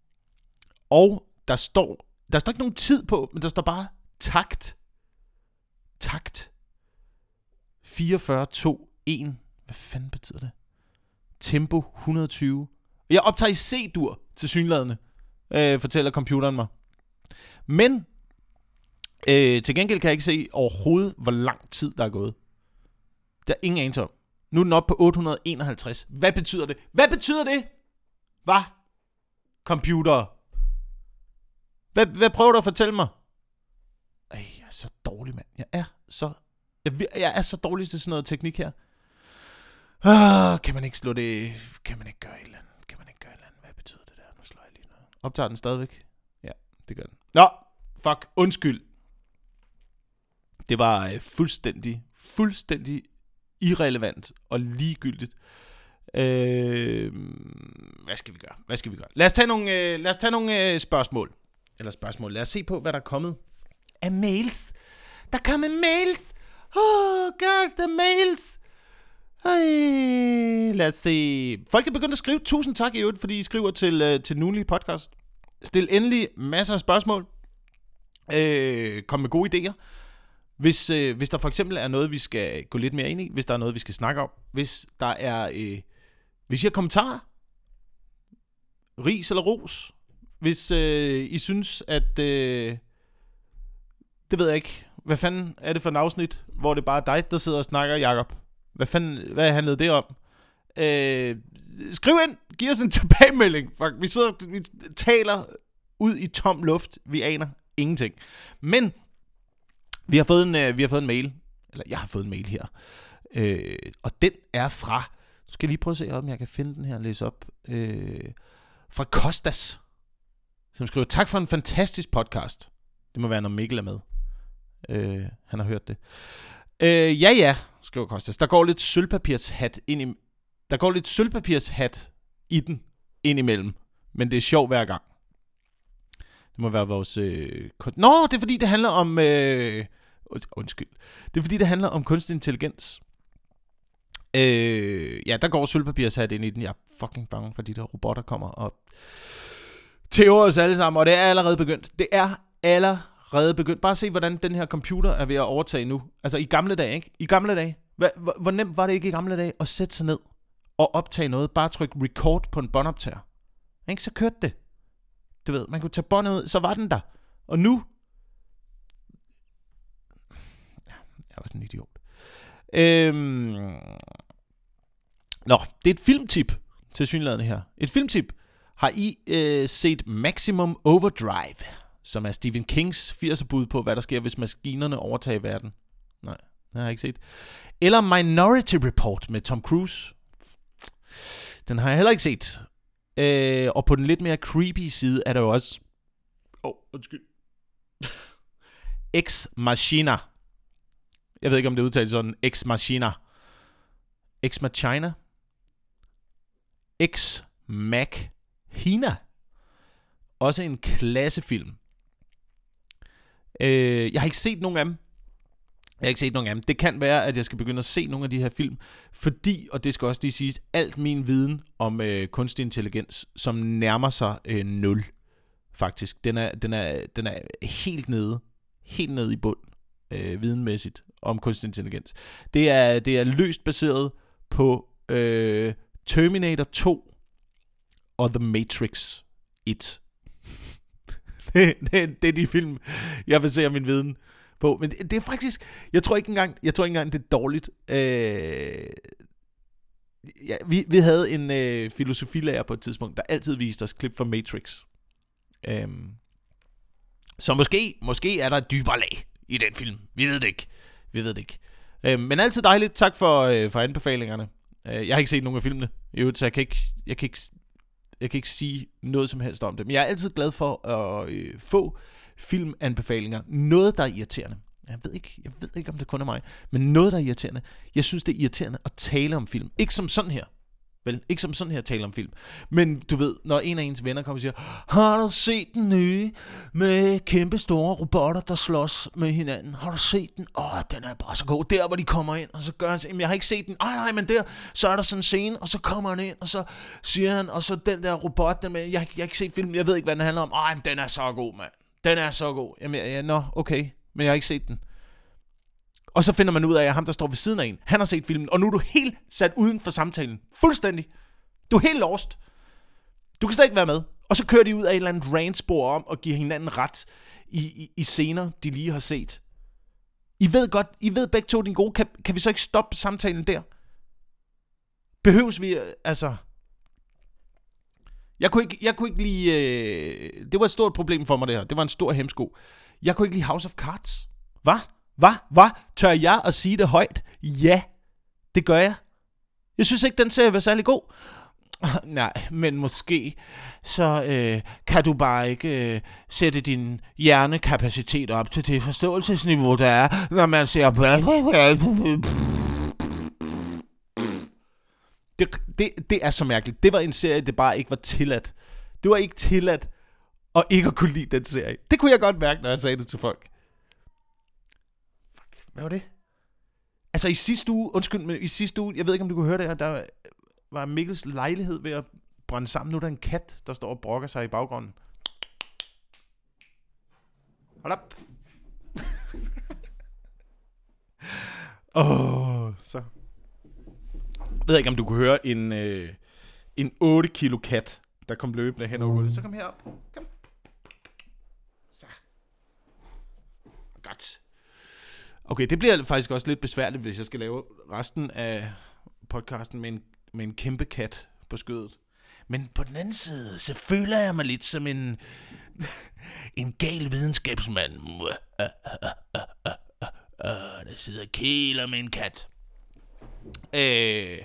Speaker 1: Og der står, der står ikke nogen tid på, men der står bare takt. Takt. fireogfyrre, to, en. Hvad fanden betyder det? Tempo et hundrede og tyve. Jeg optager i C-dur til synladende, øh, fortæller computeren mig. Men øh, til gengæld kan jeg ikke se overhovedet, hvor lang tid der er gået. Der er ingen anelse om. Nu er den oppe på otte hundrede og enoghalvtreds. Hvad betyder det? Hvad betyder det? Hvad? Computer. Hvad, hvad prøver du at fortælle mig? Ej, jeg er så dårlig, mand. Jeg er så jeg, jeg er så dårlig til sådan noget teknik her. Ah, kan man ikke slå det? Kan man ikke gøre et eller andet? Kan man ikke gøre et eller andet? Hvad betyder det der? Nu slår jeg lige noget. Optager den stadigvæk? Ja, det gør den. Nå, fuck, undskyld. Det var øh, fuldstændig, fuldstændig irrelevant og ligegyldigt. Øh, hvad skal vi gøre? Hvad skal vi gøre? Lad os tage nogle, øh, lad os tage nogle øh, spørgsmål. Eller spørgsmål. Lad os se på, hvad der er kommet af mails. Der er kommet mails. Oh god, the mails. Ej, lad os se. Folk er begyndt at skrive. Tusind tak i øvrigt, fordi I skriver til, uh, til Noonly Podcast. Stil endelig masser af spørgsmål. Øh, kom med gode idéer. Hvis, øh, hvis der for eksempel er noget, vi skal gå lidt mere ind i. Hvis der er noget, vi skal snakke om. Hvis der er... Øh, hvis I har kommentarer. Ris eller ros. Hvis øh, I synes, at... Øh, det ved jeg ikke. Hvad fanden er det for en afsnit, hvor det bare er dig, der sidder og snakker, Jakob? Hvad fanden, hvad handlede det om? Øh, skriv ind, giv os en tilbagemelding. Fuck, vi sidder, vi taler ud i tom luft. Vi aner ingenting. Men vi har fået en, øh, vi har fået en mail. Eller jeg har fået en mail her. Øh, og den er fra... Nu skal jeg lige prøve at se, om jeg kan finde den her og læse op. Øh, fra Kostas, som skriver, tak for en fantastisk podcast. Det må være, når Mikkel er med. Øh, han har hørt det. Øh, ja, ja, skriver Kostas. Der går lidt sølvpapirshat ind i... Der går lidt sølvpapirshat i den indimellem. Men det er sjovt hver gang. Det må være vores... Øh, kun... Nå, det er fordi, det handler om... Øh... Undskyld. Det er fordi, det handler om kunstig intelligens. Øh, ja, der går sølvpapirshat ind i den. Jeg er fucking bange for, de der robotter kommer og tæver os alle sammen. Og det er allerede begyndt. Det er allerede begyndt. Bare se, hvordan den her computer er ved at overtage nu. Altså i gamle dage, ikke? I gamle dage. Hvor, hvor, hvor nemt var det ikke i gamle dage at sætte sig ned og optage noget? Bare trykke record på en båndoptager. Ikke? Så kørte det. Du ved, man kunne tage båndet ud, så var den der. Og nu... Jeg var sådan en idiot. Øhm... Nå, det er et filmtip til synligheden her. Et filmtip. Har I øh, set Maximum Overdrive, som er Stephen Kings firser-bud på, hvad der sker, hvis maskinerne overtager verden? Nej, det har jeg ikke set. Eller Minority Report med Tom Cruise. Den har jeg heller ikke set. Øh, og på den lidt mere creepy side er der jo også... Åh, oh, undskyld. Ex Machina. Jeg ved ikke, om det udtales sådan. Ex Machina. Ex Machina. Ex Machina. Også en klassefilm. Øh, jeg har ikke set nogen af dem. Jeg har ikke set nogen af dem. Det kan være, at jeg skal begynde at se nogle af de her film, fordi, og det skal også lige siges, alt min viden om øh, kunstig intelligens, som nærmer sig øh, nul, faktisk. Den er, den er, den er helt nede, helt nede i bund, øh, videnmæssigt, om kunstig intelligens. Det er, det er løst baseret på øh, Terminator to og The Matrix et. det, det, det er de film, jeg baserer min viden på. Men det, det er faktisk, jeg tror ikke engang, jeg tror ikke engang det er dårligt. Øh, ja, vi, vi havde en øh, filosofilærer på et tidspunkt, der altid viste os klip fra Matrix. Øh, så måske, måske er der et dybere lag i den film. Vi ved det ikke. Vi ved det ikke. Øh, men altid dejligt. Tak for, øh, for anbefalingerne. Øh, jeg har ikke set nogen af filmene, så jeg kan ikke, jeg kan ikke, jeg kan ikke sige noget som helst om det. Men jeg er altid glad for at øh, få filmanbefalinger. Noget, der er irriterende. Jeg ved ikke, jeg ved ikke, om det kun er mig, men noget, der er irriterende. Jeg synes, det er irriterende at tale om film. Ikke som sådan her. Vel, ikke som sådan her tale om film. Men du ved, når en af ens venner kommer og siger, har du set den nye med kæmpe store robotter, der slås med hinanden? Har du set den? Åh, oh, den er bare så god. Der, hvor de kommer ind, og så gør han, jamen, jeg har ikke set den. Ej, nej, men der, så er der sådan en scene, og så kommer han ind, og så siger han, og så den der robot, den med, jeg, jeg har ikke set filmen, jeg ved ikke, hvad den handler om. Ej, men den er så god, mand. Den er så god. Jamen, ja, nå, okay, men jeg har ikke set den. Og så finder man ud af, at ham, der står ved siden af en, han har set filmen, og nu er du helt sat uden for samtalen. Fuldstændig. Du er helt lost. Du kan slet ikke være med. Og så kører de ud af et eller andet rantspor om og giver hinanden ret i, i, i scener, de lige har set. I ved godt, I ved begge to, din gode, kan, kan vi så ikke stoppe samtalen der? Behøves vi, altså... Jeg kunne ikke, jeg kunne ikke lide... Øh... Det var et stort problem for mig, det her. Det var en stor hemsko. Jeg kunne ikke lide House of Cards. Hvad? Hvad? Hvad? Tør jeg at sige det højt? Ja, det gør jeg. Jeg synes ikke, den serie var særlig god. Nej, men måske så øh, kan du bare ikke øh, sætte din hjernekapacitet op til det forståelsesniveau, der er, når man ser... Det, det, det er så mærkeligt. Det var en serie, det bare ikke var tilladt. Det var ikke tilladt at ikke at kunne lide den serie. Det kunne jeg godt mærke, når jeg sagde det til folk. Fuck, hvad var det? Altså i sidste uge, undskyld, men i sidste uge, jeg ved ikke, om du kunne høre det her, der var Mikkels lejlighed ved at brænde sammen. Nu er der en kat, der står og brokker sig i baggrunden. Hold op. Åh, oh, så. Jeg ved ikke, om du kunne høre en, øh, en otte kilo kat, der kom løbende hen over gulvet. Så kom herop. Kom. Så. Godt. Okay, det bliver faktisk også lidt besværligt, hvis jeg skal lave resten af podcasten med en, med en kæmpe kat på skødet. Men på den anden side, så føler jeg mig lidt som en, en gal videnskabsmand, der sidder og kæler med en kat. Øh,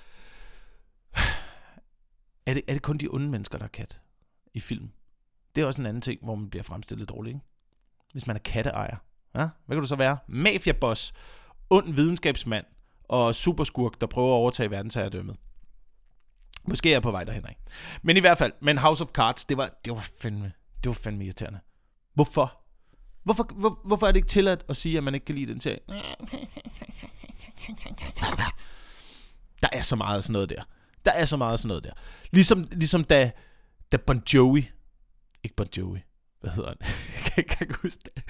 Speaker 1: er, det, er det kun de onde mennesker, der er kat i film? Det er også en anden ting, hvor man bliver fremstillet dårligt, ikke? Hvis man er katteejer. Ja? Hvad kan du så være? Mafiaboss, ond videnskabsmand og superskurk, der prøver at overtage verdensherredømmet. Måske er jeg på vej derhen af. Men i hvert fald, men House of Cards, det var, det var fandme, det var fandme irriterende. Hvorfor? Hvorfor, hvor, hvorfor er det ikke tilladt at sige, at man ikke kan lide den serie? Der er så meget af sådan noget der. Der er så meget af sådan noget der. Ligesom, ligesom da, da Bon Jovi, ikke Bon Jovi, hvad hedder han? jeg kan ikke huske det.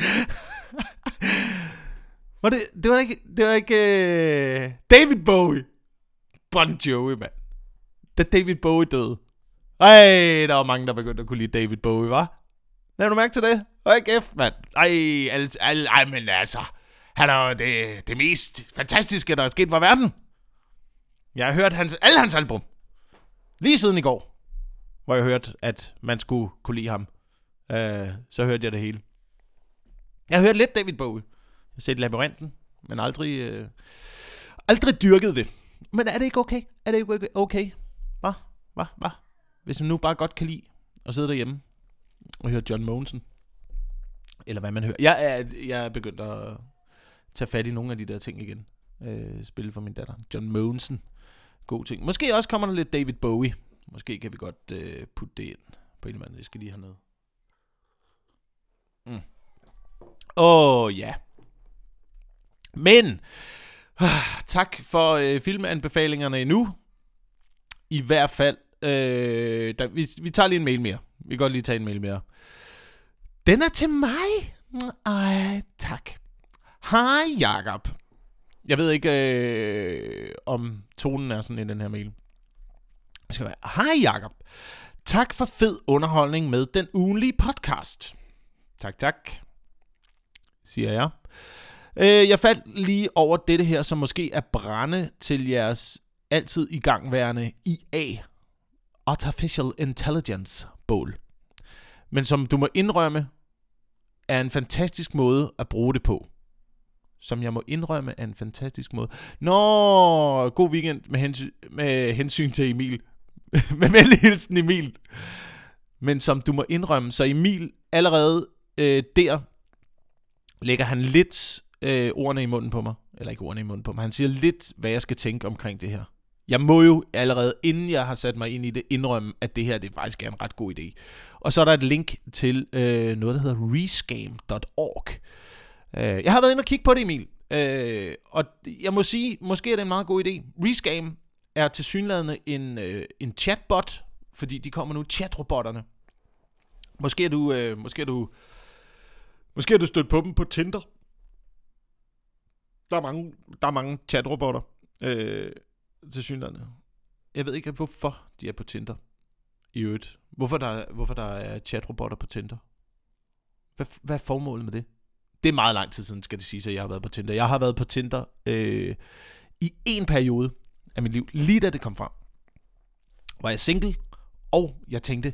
Speaker 1: var det, det var ikke, det var ikke uh, David Bowie. Bon Jovi, mand. Da David Bowie døde. Ej, der var mange, der begyndte at kunne lide David Bowie, hva'? Lad du mærke til det? Ej, kæft, mand. Ej, al, al, ej, men altså. Han er det, det mest fantastiske, der er sket for verden. Jeg har hørt hans, alle hans album. Lige siden i går, hvor jeg hørte, at man skulle kunne lide ham. Uh, så hørte jeg det hele. Jeg har hørt lidt David Bowie. Jeg har set Labyrinten, men aldrig, uh, aldrig dyrket det. Men er det ikke okay? Er det ikke okay? Hvad? Hvad? Hvad? Hvis man nu bare godt kan lide at sidde derhjemme og høre John Mogensen. Eller hvad man hører. Jeg er, jeg er begyndt at tage fat i nogle af de der ting igen. Øh, spille for min datter. John Mogensen. God ting. Måske også kommer der lidt David Bowie. Måske kan vi godt øh, putte det ind på en eller anden. Jeg skal lige have noget. Åh mm. oh, ja. Men øh, tak for øh, filmanbefalingerne endnu. I hvert fald øh, der, vi, vi tager lige en mail mere. Vi kan godt lige tage en mail mere. Den er til mig. Ej, tak. Hej Jakob. Jeg ved ikke øh, om tonen er sådan i den her mail. Det skal være. Hej Jakob. Tak for fed underholdning med den ugenlige podcast. Tak, tak. Siger jeg. Øh, jeg faldt lige over dette her, som måske er brænde til jeres altid igangværende I A, Artificial Intelligence bål. Men som du må indrømme, er en fantastisk måde at bruge det på. Som jeg må indrømme, er en fantastisk måde. Nå, god weekend med hensyn, med hensyn til Emil. med venlig hilsen Emil. Men som du må indrømme, så Emil allerede øh, der lægger han lidt øh, ordene i munden på mig. Eller ikke ordene i munden på mig. Han siger lidt, hvad jeg skal tænke omkring det her. Jeg må jo allerede, inden jeg har sat mig ind i det, indrømme, at det her det faktisk er en ret god idé. Og så er der et link til øh, noget, der hedder rescam punktum org. Øh, jeg har været inde og kigge på det, Emil. Øh, og jeg må sige, måske er det en meget god idé. Rescam er tilsyneladende en, øh, en chatbot, fordi de kommer nu, chatrobotterne. Måske er du, øh, måske er du, måske er du stødt på dem på Tinder. Der er mange, der er mange chatrobotter. Øh, tilsyneladende. Jeg ved ikke, hvorfor de er på Tinder. I øvrigt. Hvorfor der, hvorfor der er chatrobotter på Tinder. Hvad, hvad er formålet med det? Det er meget lang tid siden, skal det sige, at jeg har været på Tinder. Jeg har været på Tinder øh, i en periode af mit liv, lige da det kom frem. Var jeg single, og jeg tænkte,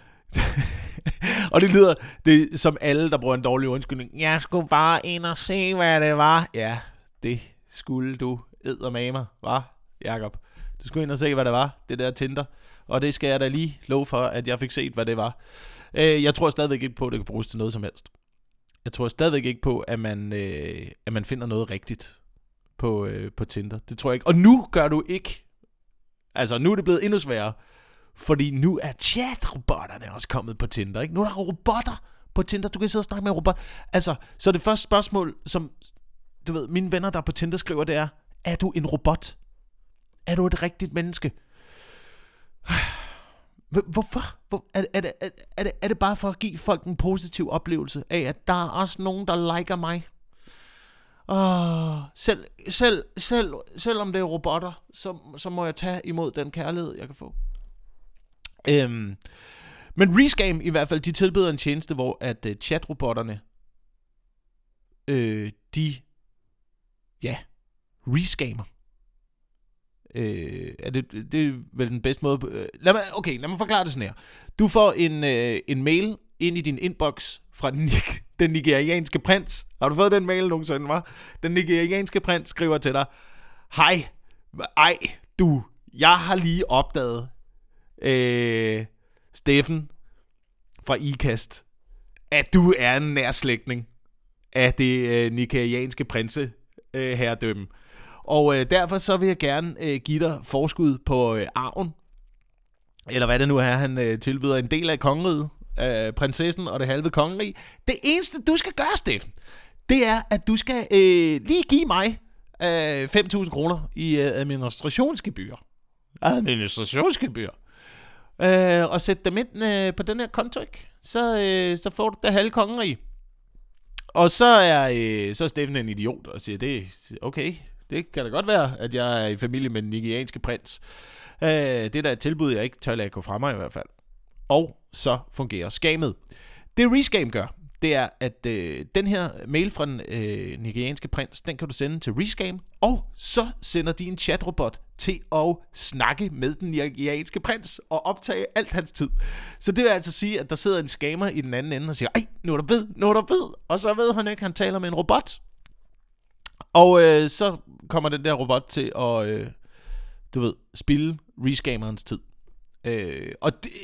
Speaker 1: og det lyder det, som alle, der bruger en dårlig undskyldning, jeg skulle bare ind og se, hvad det var. Ja, det skulle du eddermame, var Jakob. Du skulle ind og se, hvad det var, det der Tinder. Og det skal jeg da lige love for, at jeg fik set, hvad det var. Øh, jeg tror stadigvæk ikke på, at det kan bruges til noget som helst. Jeg tror stadigvæk ikke på, at man, øh, at man finder noget rigtigt på, øh, på Tinder. Det tror jeg ikke. Og nu gør du ikke. Altså, nu er det blevet endnu sværere. Fordi nu er chatrobotterne også kommet på Tinder, ikke? Nu er der robotter på Tinder. Du kan sidde og snakke med en robot. Altså, så det første spørgsmål, som du ved, mine venner, der er på Tinder skriver, det er, er du en robot? Er du et rigtigt menneske? Hvorfor? Hvor, er, er, det, er, er, det, er det bare for at give folk en positiv oplevelse af, at der er også nogen, der liker mig? Oh, selv, selv, selv, selvom det er robotter, så, så må jeg tage imod den kærlighed, jeg kan få. Øhm, men Rescam i hvert fald, de tilbyder en tjeneste, hvor at uh, chatrobotterne, øh, de, ja, rescammer Øh, er det, det er vel den bedste måde. Øh, lad mig, okay, lad mig forklare det sådan her. Du får en, øh, en mail ind i din inbox fra den, den nigerianske prins. Har du fået den mail nogensinde, hva'? Den nigerianske prins skriver til dig: hej, ej, du, jeg har lige opdaget, øh, Steffen fra IKAST, at du er en nær slægtning af det øh, nigerianske prinse øh, herredømme. Og øh, derfor så vil jeg gerne øh, give dig forskud på øh, arven, eller hvad det nu er, han øh, tilbyder, en del af kongeriget, øh, prinsessen og det halve kongerige. Det eneste, du skal gøre, Steffen, det er, at du skal øh, lige give mig øh, fem tusind kroner i øh, administrationsgebyr. Administrationsgebyr. Øh, og sætte dem ind øh, på den her konto, ikke? Så, øh, så får du det halve kongerige. Og så er, øh, så er Steffen en idiot og siger, det okay, det kan da godt være, at jeg er i familie med den nigerianske prins. Øh, det er da et tilbud, jeg ikke tør lade gå fra mig i hvert fald. Og så fungerer skammet. Det Rescam gør, det er, at øh, den her mail fra den øh, nigerianske prins, den kan du sende til Rescam, og så sender de en chatrobot til at snakke med den nigerianske prins og optage alt hans tid. Så det vil altså sige, at der sidder en scammer i den anden ende og siger, ej, nu er der bid, nu er der bid, og så ved han ikke, at han taler med en robot. Og øh, så kommer den der robot til at, øh, du ved, spilde rescammerens tid. Øh, og det...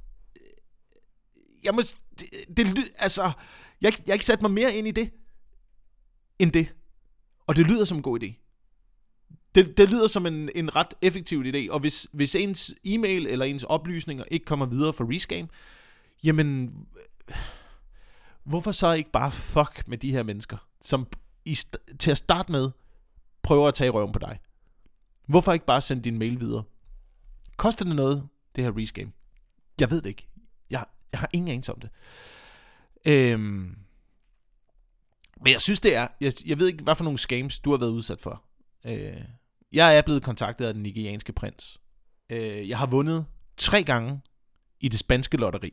Speaker 1: Jeg må... Det, det, altså... Jeg, jeg har ikke sat mig mere ind i det, end det. Og det lyder som en god idé. Det, det lyder som en, en ret effektiv idé. Og hvis, hvis ens e-mail eller ens oplysninger ikke kommer videre fra Rescam, jamen... Hvorfor så ikke bare fuck med de her mennesker, som i, til at starte med prøver at tage røven på dig? Hvorfor ikke bare sende din mail videre? Koster det noget, det her Rescam? Jeg ved det ikke. Jeg, jeg har ingen anelse om det. Øhm, men jeg synes det er jeg, jeg ved ikke hvad for nogle scams du har været udsat for. øh, Jeg er blevet kontaktet af den nigerianske prins. øh, Jeg har vundet tre gange i det spanske lotteri.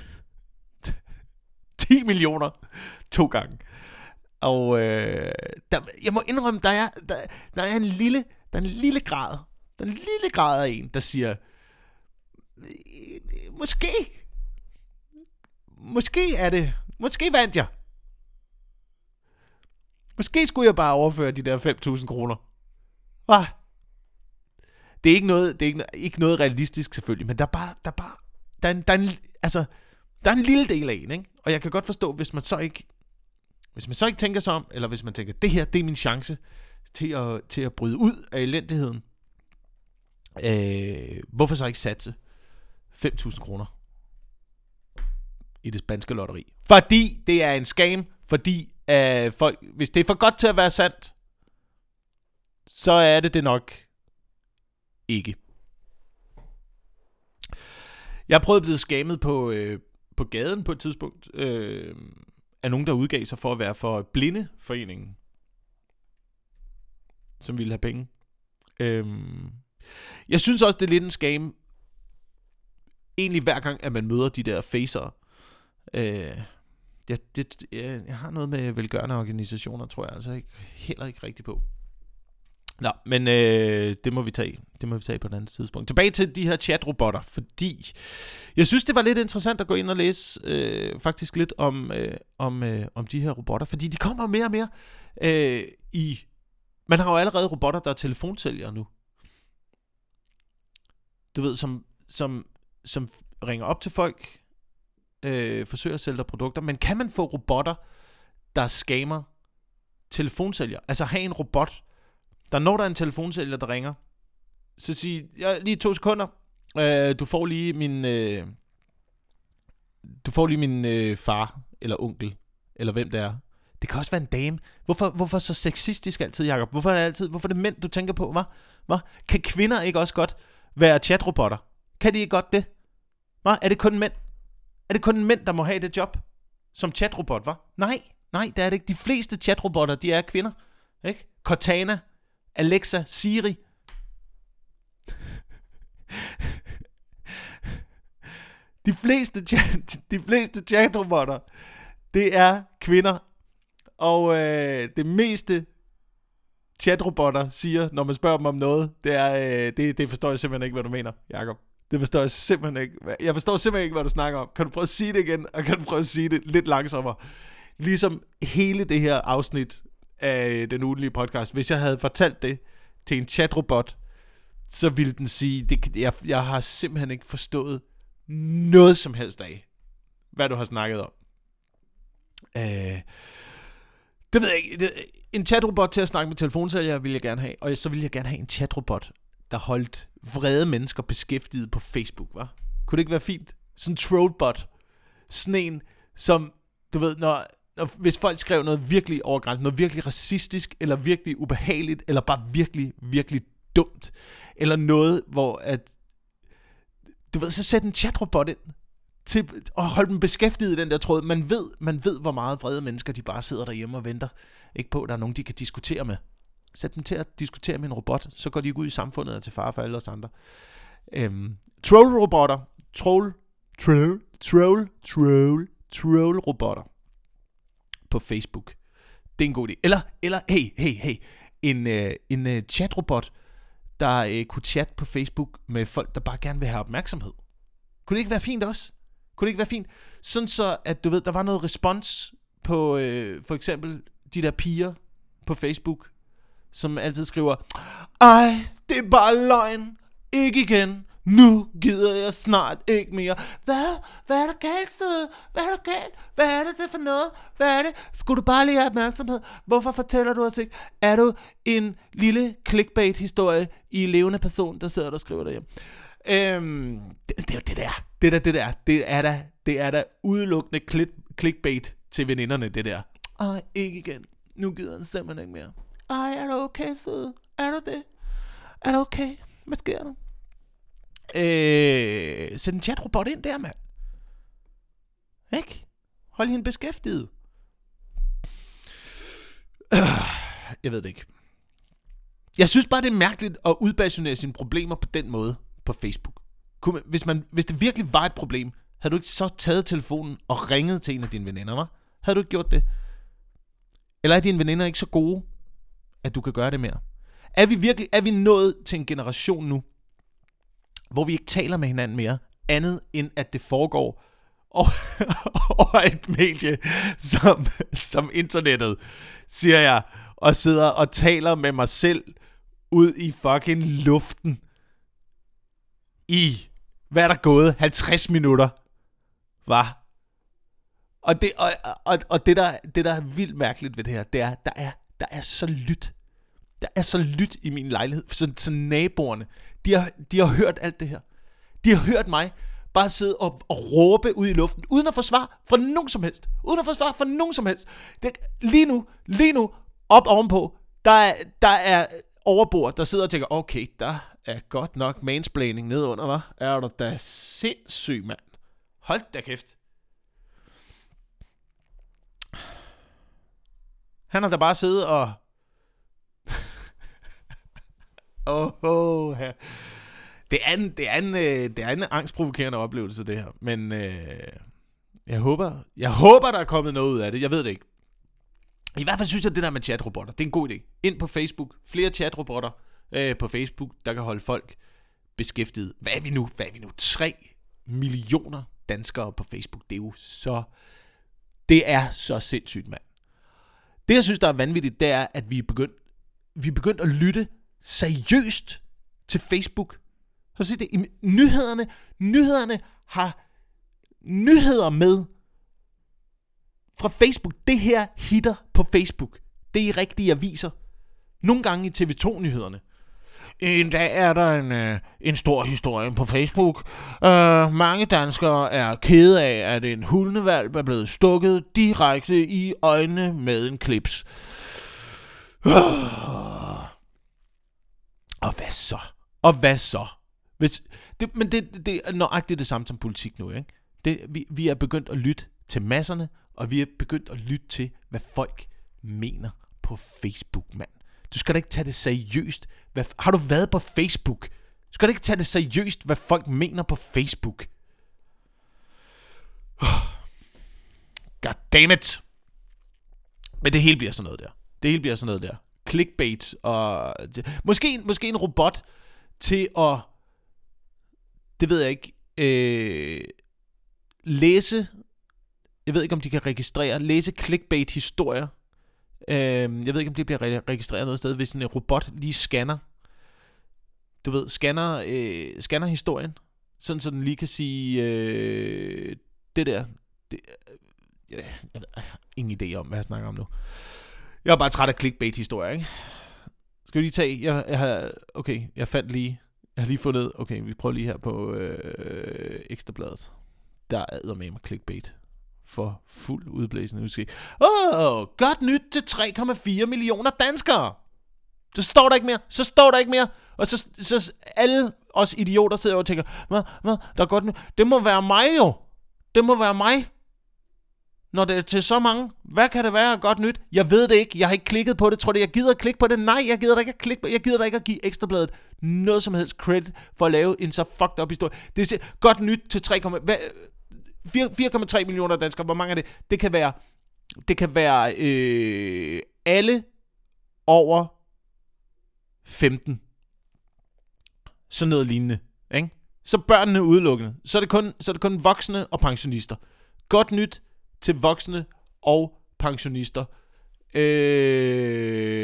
Speaker 1: ti millioner to gange. Og øh, der, jeg må indrømme, der er, der, der er en lille Der er en lille grad Der er en lille grad af en, der siger, Måske Måske er det Måske vandt jeg. Måske skulle jeg bare overføre de der fem tusind kroner. Ah. Det er ikke noget, det er ikke, ikke noget realistisk selvfølgelig, men der er bare, der er bare, der er en, der er en, altså, der er en lille del af en, ikke? Og jeg kan godt forstå, hvis man så ikke, hvis man så ikke tænker sig om, eller hvis man tænker, det her, det er min chance til at, til at bryde ud af elendigheden. Øh, hvorfor så ikke satse fem tusind kroner i det spanske lotteri? Fordi det er en scam, fordi øh, folk, hvis det er for godt til at være sandt, så er det det nok ikke. Jeg har prøvet at blive scammet på, øh, på gaden på et tidspunkt øh, af nogen, der udgav sig for at være for Blindeforeningen, som ville have penge. Øh, jeg synes også, det er lidt en scam, egentlig hver gang, at man møder de der facer. Øh, det, det, jeg, jeg har noget med velgørende organisationer, tror jeg altså ikke, heller ikke rigtigt på. Nå, men øh, det må vi tage. Det må vi tage på et andet tidspunkt. Tilbage til de her chatrobotter, fordi jeg synes, det var lidt interessant at gå ind og læse øh, faktisk lidt om, øh, om, øh, om de her robotter, fordi de kommer mere og mere øh, i... Man har jo allerede robotter, der er telefonsælgere nu. Du ved, som, som, som ringer op til folk, øh, forsøger at sælge der produkter, men kan man få robotter, der scammer telefonsælgere? Altså have en robot, der når der er en telefonsælger, der ringer, så sig, ja, lige to sekunder, øh, du får lige min, øh, du får lige min øh, far, eller onkel, eller hvem det er. Det kan også være en dame. Hvorfor, hvorfor så sexistisk altid, Jacob? Hvorfor er det altid, hvorfor er det mænd, du tænker på, hva? Hva? Kan kvinder ikke også godt være chatrobotter? Kan de ikke godt det? Hva? Er det kun mænd? Er det kun mænd, der må have det job som chatrobot, hva? Nej, nej, det er det ikke. De fleste chatrobotter, de er kvinder, ikke? Cortana, Alexa, Siri. De fleste chat, de fleste chatrobotter, det er kvinder. Og øh, det meste chatrobotter siger, når man spørger dem om noget, det er, øh, det, det forstår jeg simpelthen ikke, hvad du mener, Jakob. Det forstår jeg simpelthen ikke. Jeg forstår simpelthen ikke, hvad du snakker om. Kan du prøve at sige det igen, og kan du prøve at sige det lidt langsommere? Ligesom hele det her afsnit af den ugenlige podcast, hvis jeg havde fortalt det til en chatrobot, så ville den sige, det, jeg, jeg har simpelthen ikke forstået noget som helst af, hvad du har snakket om. Øh, det ved jeg ikke. Det, en chatrobot til at snakke med telefonsælgere vil jeg gerne have, og så vil jeg gerne have en chatrobot, der holdt vrede mennesker beskæftiget på Facebook, hva? Kunne det ikke være fint? Sådan en trollbot. Sådan en, som, du ved, når, når, hvis folk skrev noget virkelig over grænsen, noget virkelig racistisk, eller virkelig ubehageligt, eller bare virkelig, virkelig dumt, eller noget, hvor at, du ved, så sæt en chatrobot ind, til at holde dem beskæftiget i den der tråd. Man ved, man ved, hvor meget vrede mennesker, de bare sidder derhjemme og venter, ikke på, at der er nogen, de kan diskutere med. Sæt dem til at diskutere med en robot, så går de ikke ud i samfundet og til fare for alle os andre. Øhm, troll-robotter, troll, troll, troll, troll, troll-robotter på Facebook. Det er en god idé. Eller, eller hey, hey, hey, en, øh, en øh, chatrobot, der øh, kunne chatte på Facebook med folk, der bare gerne vil have opmærksomhed. Kunne det ikke være fint også? Kunne det ikke være fint? Sådan så, at du ved, der var noget respons på øh, for eksempel de der piger på Facebook, som altid skriver, ej, det er bare løgn. Ikke igen. Nu gider jeg snart ikke mere. Hvad? Hvad er der galt, sted? Hvad er der galt? Hvad er det, det for noget? Hvad er det? Skulle du bare lige have opmærksomhed? Hvorfor fortæller du os ikke? Er du en lille clickbait-historie i levende person, der sidder der og skriver derhjemme? Øhm, det, det er jo det der. Det der, det der. Det er der, det er der udelukkende clickbait til veninderne, det der. Ej, ikke igen. Nu gider jeg simpelthen ikke mere. Ej, er du okay, søde? Er du det? Er du okay? Hvad sker der? Øh, sæt en chatrobot ind der, mand. Ikke? Hold hende beskæftiget. Øh, jeg ved det ikke. Jeg synes bare, det er mærkeligt at udbasunere sine problemer på den måde på Facebook. Hvis, man, hvis det virkelig var et problem, havde du ikke så taget telefonen og ringet til en af dine veninder, hva'? Havde du ikke gjort det? Eller er dine veninder ikke så gode, at du kan gøre det mere? Er vi virkelig, er vi nået til en generation nu, hvor vi ikke taler med hinanden mere, andet end at det foregår over et medie som, som internettet, siger jeg, og sidder og taler med mig selv ud i fucking luften i, hvad er der gået, halvtreds minutter, var. Og det, og, og, og det, der, det der er vildt mærkeligt ved det her, det er, der er, der er så lyt. Der er så lyt i min lejlighed, så, så naboerne, de har, de har hørt alt det her. De har hørt mig bare sidde og, og råbe ud i luften, uden at få svar fra nogen som helst. Uden at få svar fra nogen som helst. Det, lige nu, lige nu, op ovenpå, der er, der er overbord, der sidder og tænker, okay, der er godt nok mansplaining nedunder, hva'? Er du da sindssyg, mand? Hold da kæft. Han har da bare siddet og... Åh, oh, her. Det er en, det er en, det er en angstprovokerende oplevelse, det her. Men øh, jeg håber, jeg håber, der er kommet noget ud af det. Jeg ved det ikke. I hvert fald synes jeg, at det der med chatrobotter, det er en god idé. Ind på Facebook. Flere chatrobotter øh, på Facebook, der kan holde folk beskæftiget. Hvad er vi nu? Hvad er vi nu? tre millioner danskere på Facebook. Det er jo så... Det er så sindssygt, mand. Det, jeg synes, der er vanvittigt, det er, at vi er begyndt, vi er begyndt at lytte seriøst til Facebook. Så se det i nyhederne. Nyhederne har nyheder med fra Facebook. Det her hitter på Facebook. Det er i rigtige aviser. Nogle gange i T V to-nyhederne. En dag er der en, øh, en stor historie på Facebook. Uh, mange danskere er kede af, at en hundehvalp er blevet stukket direkte i øjnene med en klips. Uh. Og hvad så? Og hvad så? Hvis, det, men det, det er nøjagtigt det samme som politik nu, ikke? Det, vi, vi er begyndt at lytte til masserne, og vi er begyndt at lytte til, hvad folk mener på Facebook, mand. Du skal da ikke tage det seriøst. Hvad, har du været på Facebook? Du skal da ikke tage det seriøst, hvad folk mener på Facebook. God damn it. Men det hele bliver sådan noget der. Det hele bliver sådan noget der. clickbait, og måske, måske en robot til at, det ved jeg ikke, øh, læse, jeg ved ikke om de kan registrere, læse clickbait historier. Øh, jeg ved ikke om det bliver registreret noget sted, hvis en robot lige scanner, du ved, scanner, øh, scanner historien, sådan så den lige kan sige, øh, det der, det, øh, jeg, ved, jeg har ingen idé om, hvad jeg snakker om nu. Jeg er bare træt af clickbait-historier, ikke? Skal vi lige tage, jeg, jeg har, okay, jeg fandt lige, jeg har lige fundet, okay, vi prøver lige her på øh, Ekstrabladet. Der er med mig clickbait for fuld udblæsende udskrig. Åh, oh, godt nyt til tre komma fire millioner danskere. Så står der ikke mere, så står der ikke mere. Og så, så alle os idioter sidder og tænker, hvad, hvad, der er godt nyt. Det må være mig jo. Det må være mig. Når det er til så mange, hvad kan det være godt nyt? Jeg ved det ikke, jeg har ikke klikket på det. Tror du, jeg gider at klikke på det? Nej, jeg gider da ikke at klikke på det. Jeg gider da ikke at give Ekstrabladet noget som helst credit for at lave en så fucked up historie. Det er godt nyt til fire komma tre millioner danskere. Hvor mange er det? Det kan være, det kan være øh, alle over femten. Sådan noget lignende, ikke? Så børnene er udelukkende. Så er det kun, så er det kun voksne og pensionister. Godt nyt til voksne og pensionister. Øh...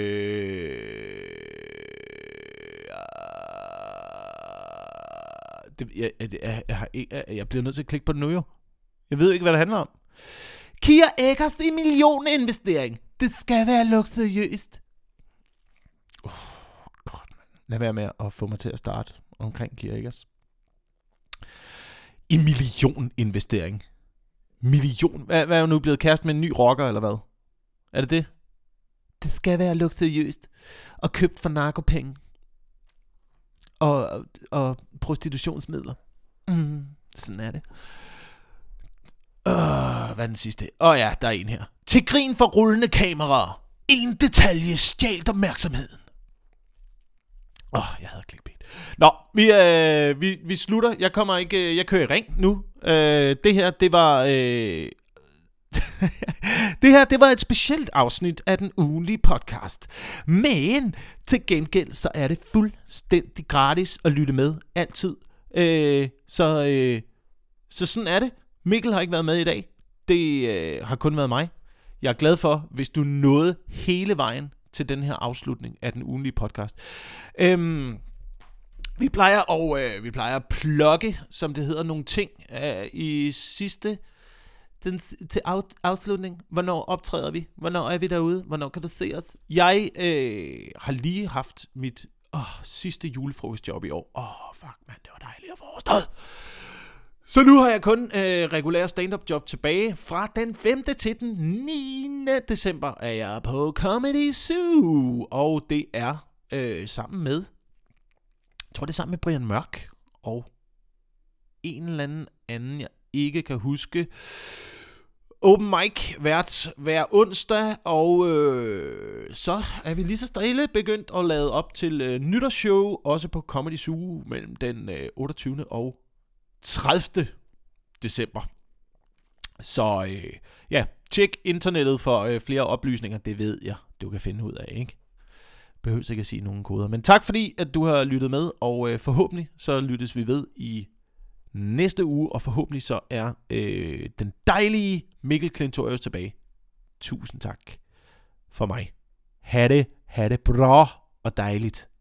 Speaker 1: Det, jeg, jeg, jeg, jeg, jeg, jeg bliver nødt til at klikke på det nu jo. Jeg ved ikke, hvad det handler om. Kia Eggers i millioninvestering. Det skal være luksuriøst. Oh, godt, man. Lad være med at få mig til at starte omkring Kia Eggers. I millioninvestering. Million. Hvad, hvad er jo nu blevet kæreste med en ny rocker, eller hvad? Er det det? Det skal være luksuriøst. Og købt for narkopenge. Og, og prostitutionsmidler. Mm, sådan er det. Uh, hvad er den sidste? Åh oh ja, der er en her. Til grin for rullende kameraer. En detalje stjalt opmærksomheden. Åh, oh, jeg havde clickbait. Nå, vi, øh, vi, vi slutter. Jeg kommer ikke, jeg kører i ring nu. Øh, det her, det var... Øh, det her, det var et specielt afsnit af den ugenlige podcast. Men til gengæld, så er det fuldstændig gratis at lytte med. Altid. Øh, så, øh, så sådan er det. Mikkel har ikke været med i dag. Det øh, har kun været mig. Jeg er glad for, hvis du nåede hele vejen til den her afslutning af den ugenlige podcast. Øhm, vi plejer at, øh, vi plejer at plukke, som det hedder, nogle ting øh, i sidste den, til af, afslutning. Hvornår optræder vi? Hvornår er vi derude? Hvornår kan du se os? Jeg øh, har lige haft mit åh, sidste julefrokostjob i år. Åh, oh, fuck man, det var dejligt at få overstået. Så nu har jeg kun øh, regulær stand-up job tilbage. Fra den femte til den niende december er jeg på Comedy Zoo. Og det er øh, sammen med, jeg tror det er sammen med Brian Mørk og en eller anden anden, jeg ikke kan huske. Open mic hvert hver onsdag, og øh, så er vi lige så stille begyndt at lade op til øh, nytårsshow, også på Comedy Zoo mellem den øh, otteogtyvende og tredivte december. Så øh, ja, tjek internettet for øh, flere oplysninger, det ved jeg, du kan finde ud af, ikke? Behøver ikke at sige nogen koder. Men tak fordi, at du har lyttet med, og øh, forhåbentlig så lyttes vi ved i næste uge, og forhåbentlig så er øh, den dejlige Mikkel Klintorius tilbage. Tusind tak for mig. Ha' det, ha' det bra og dejligt.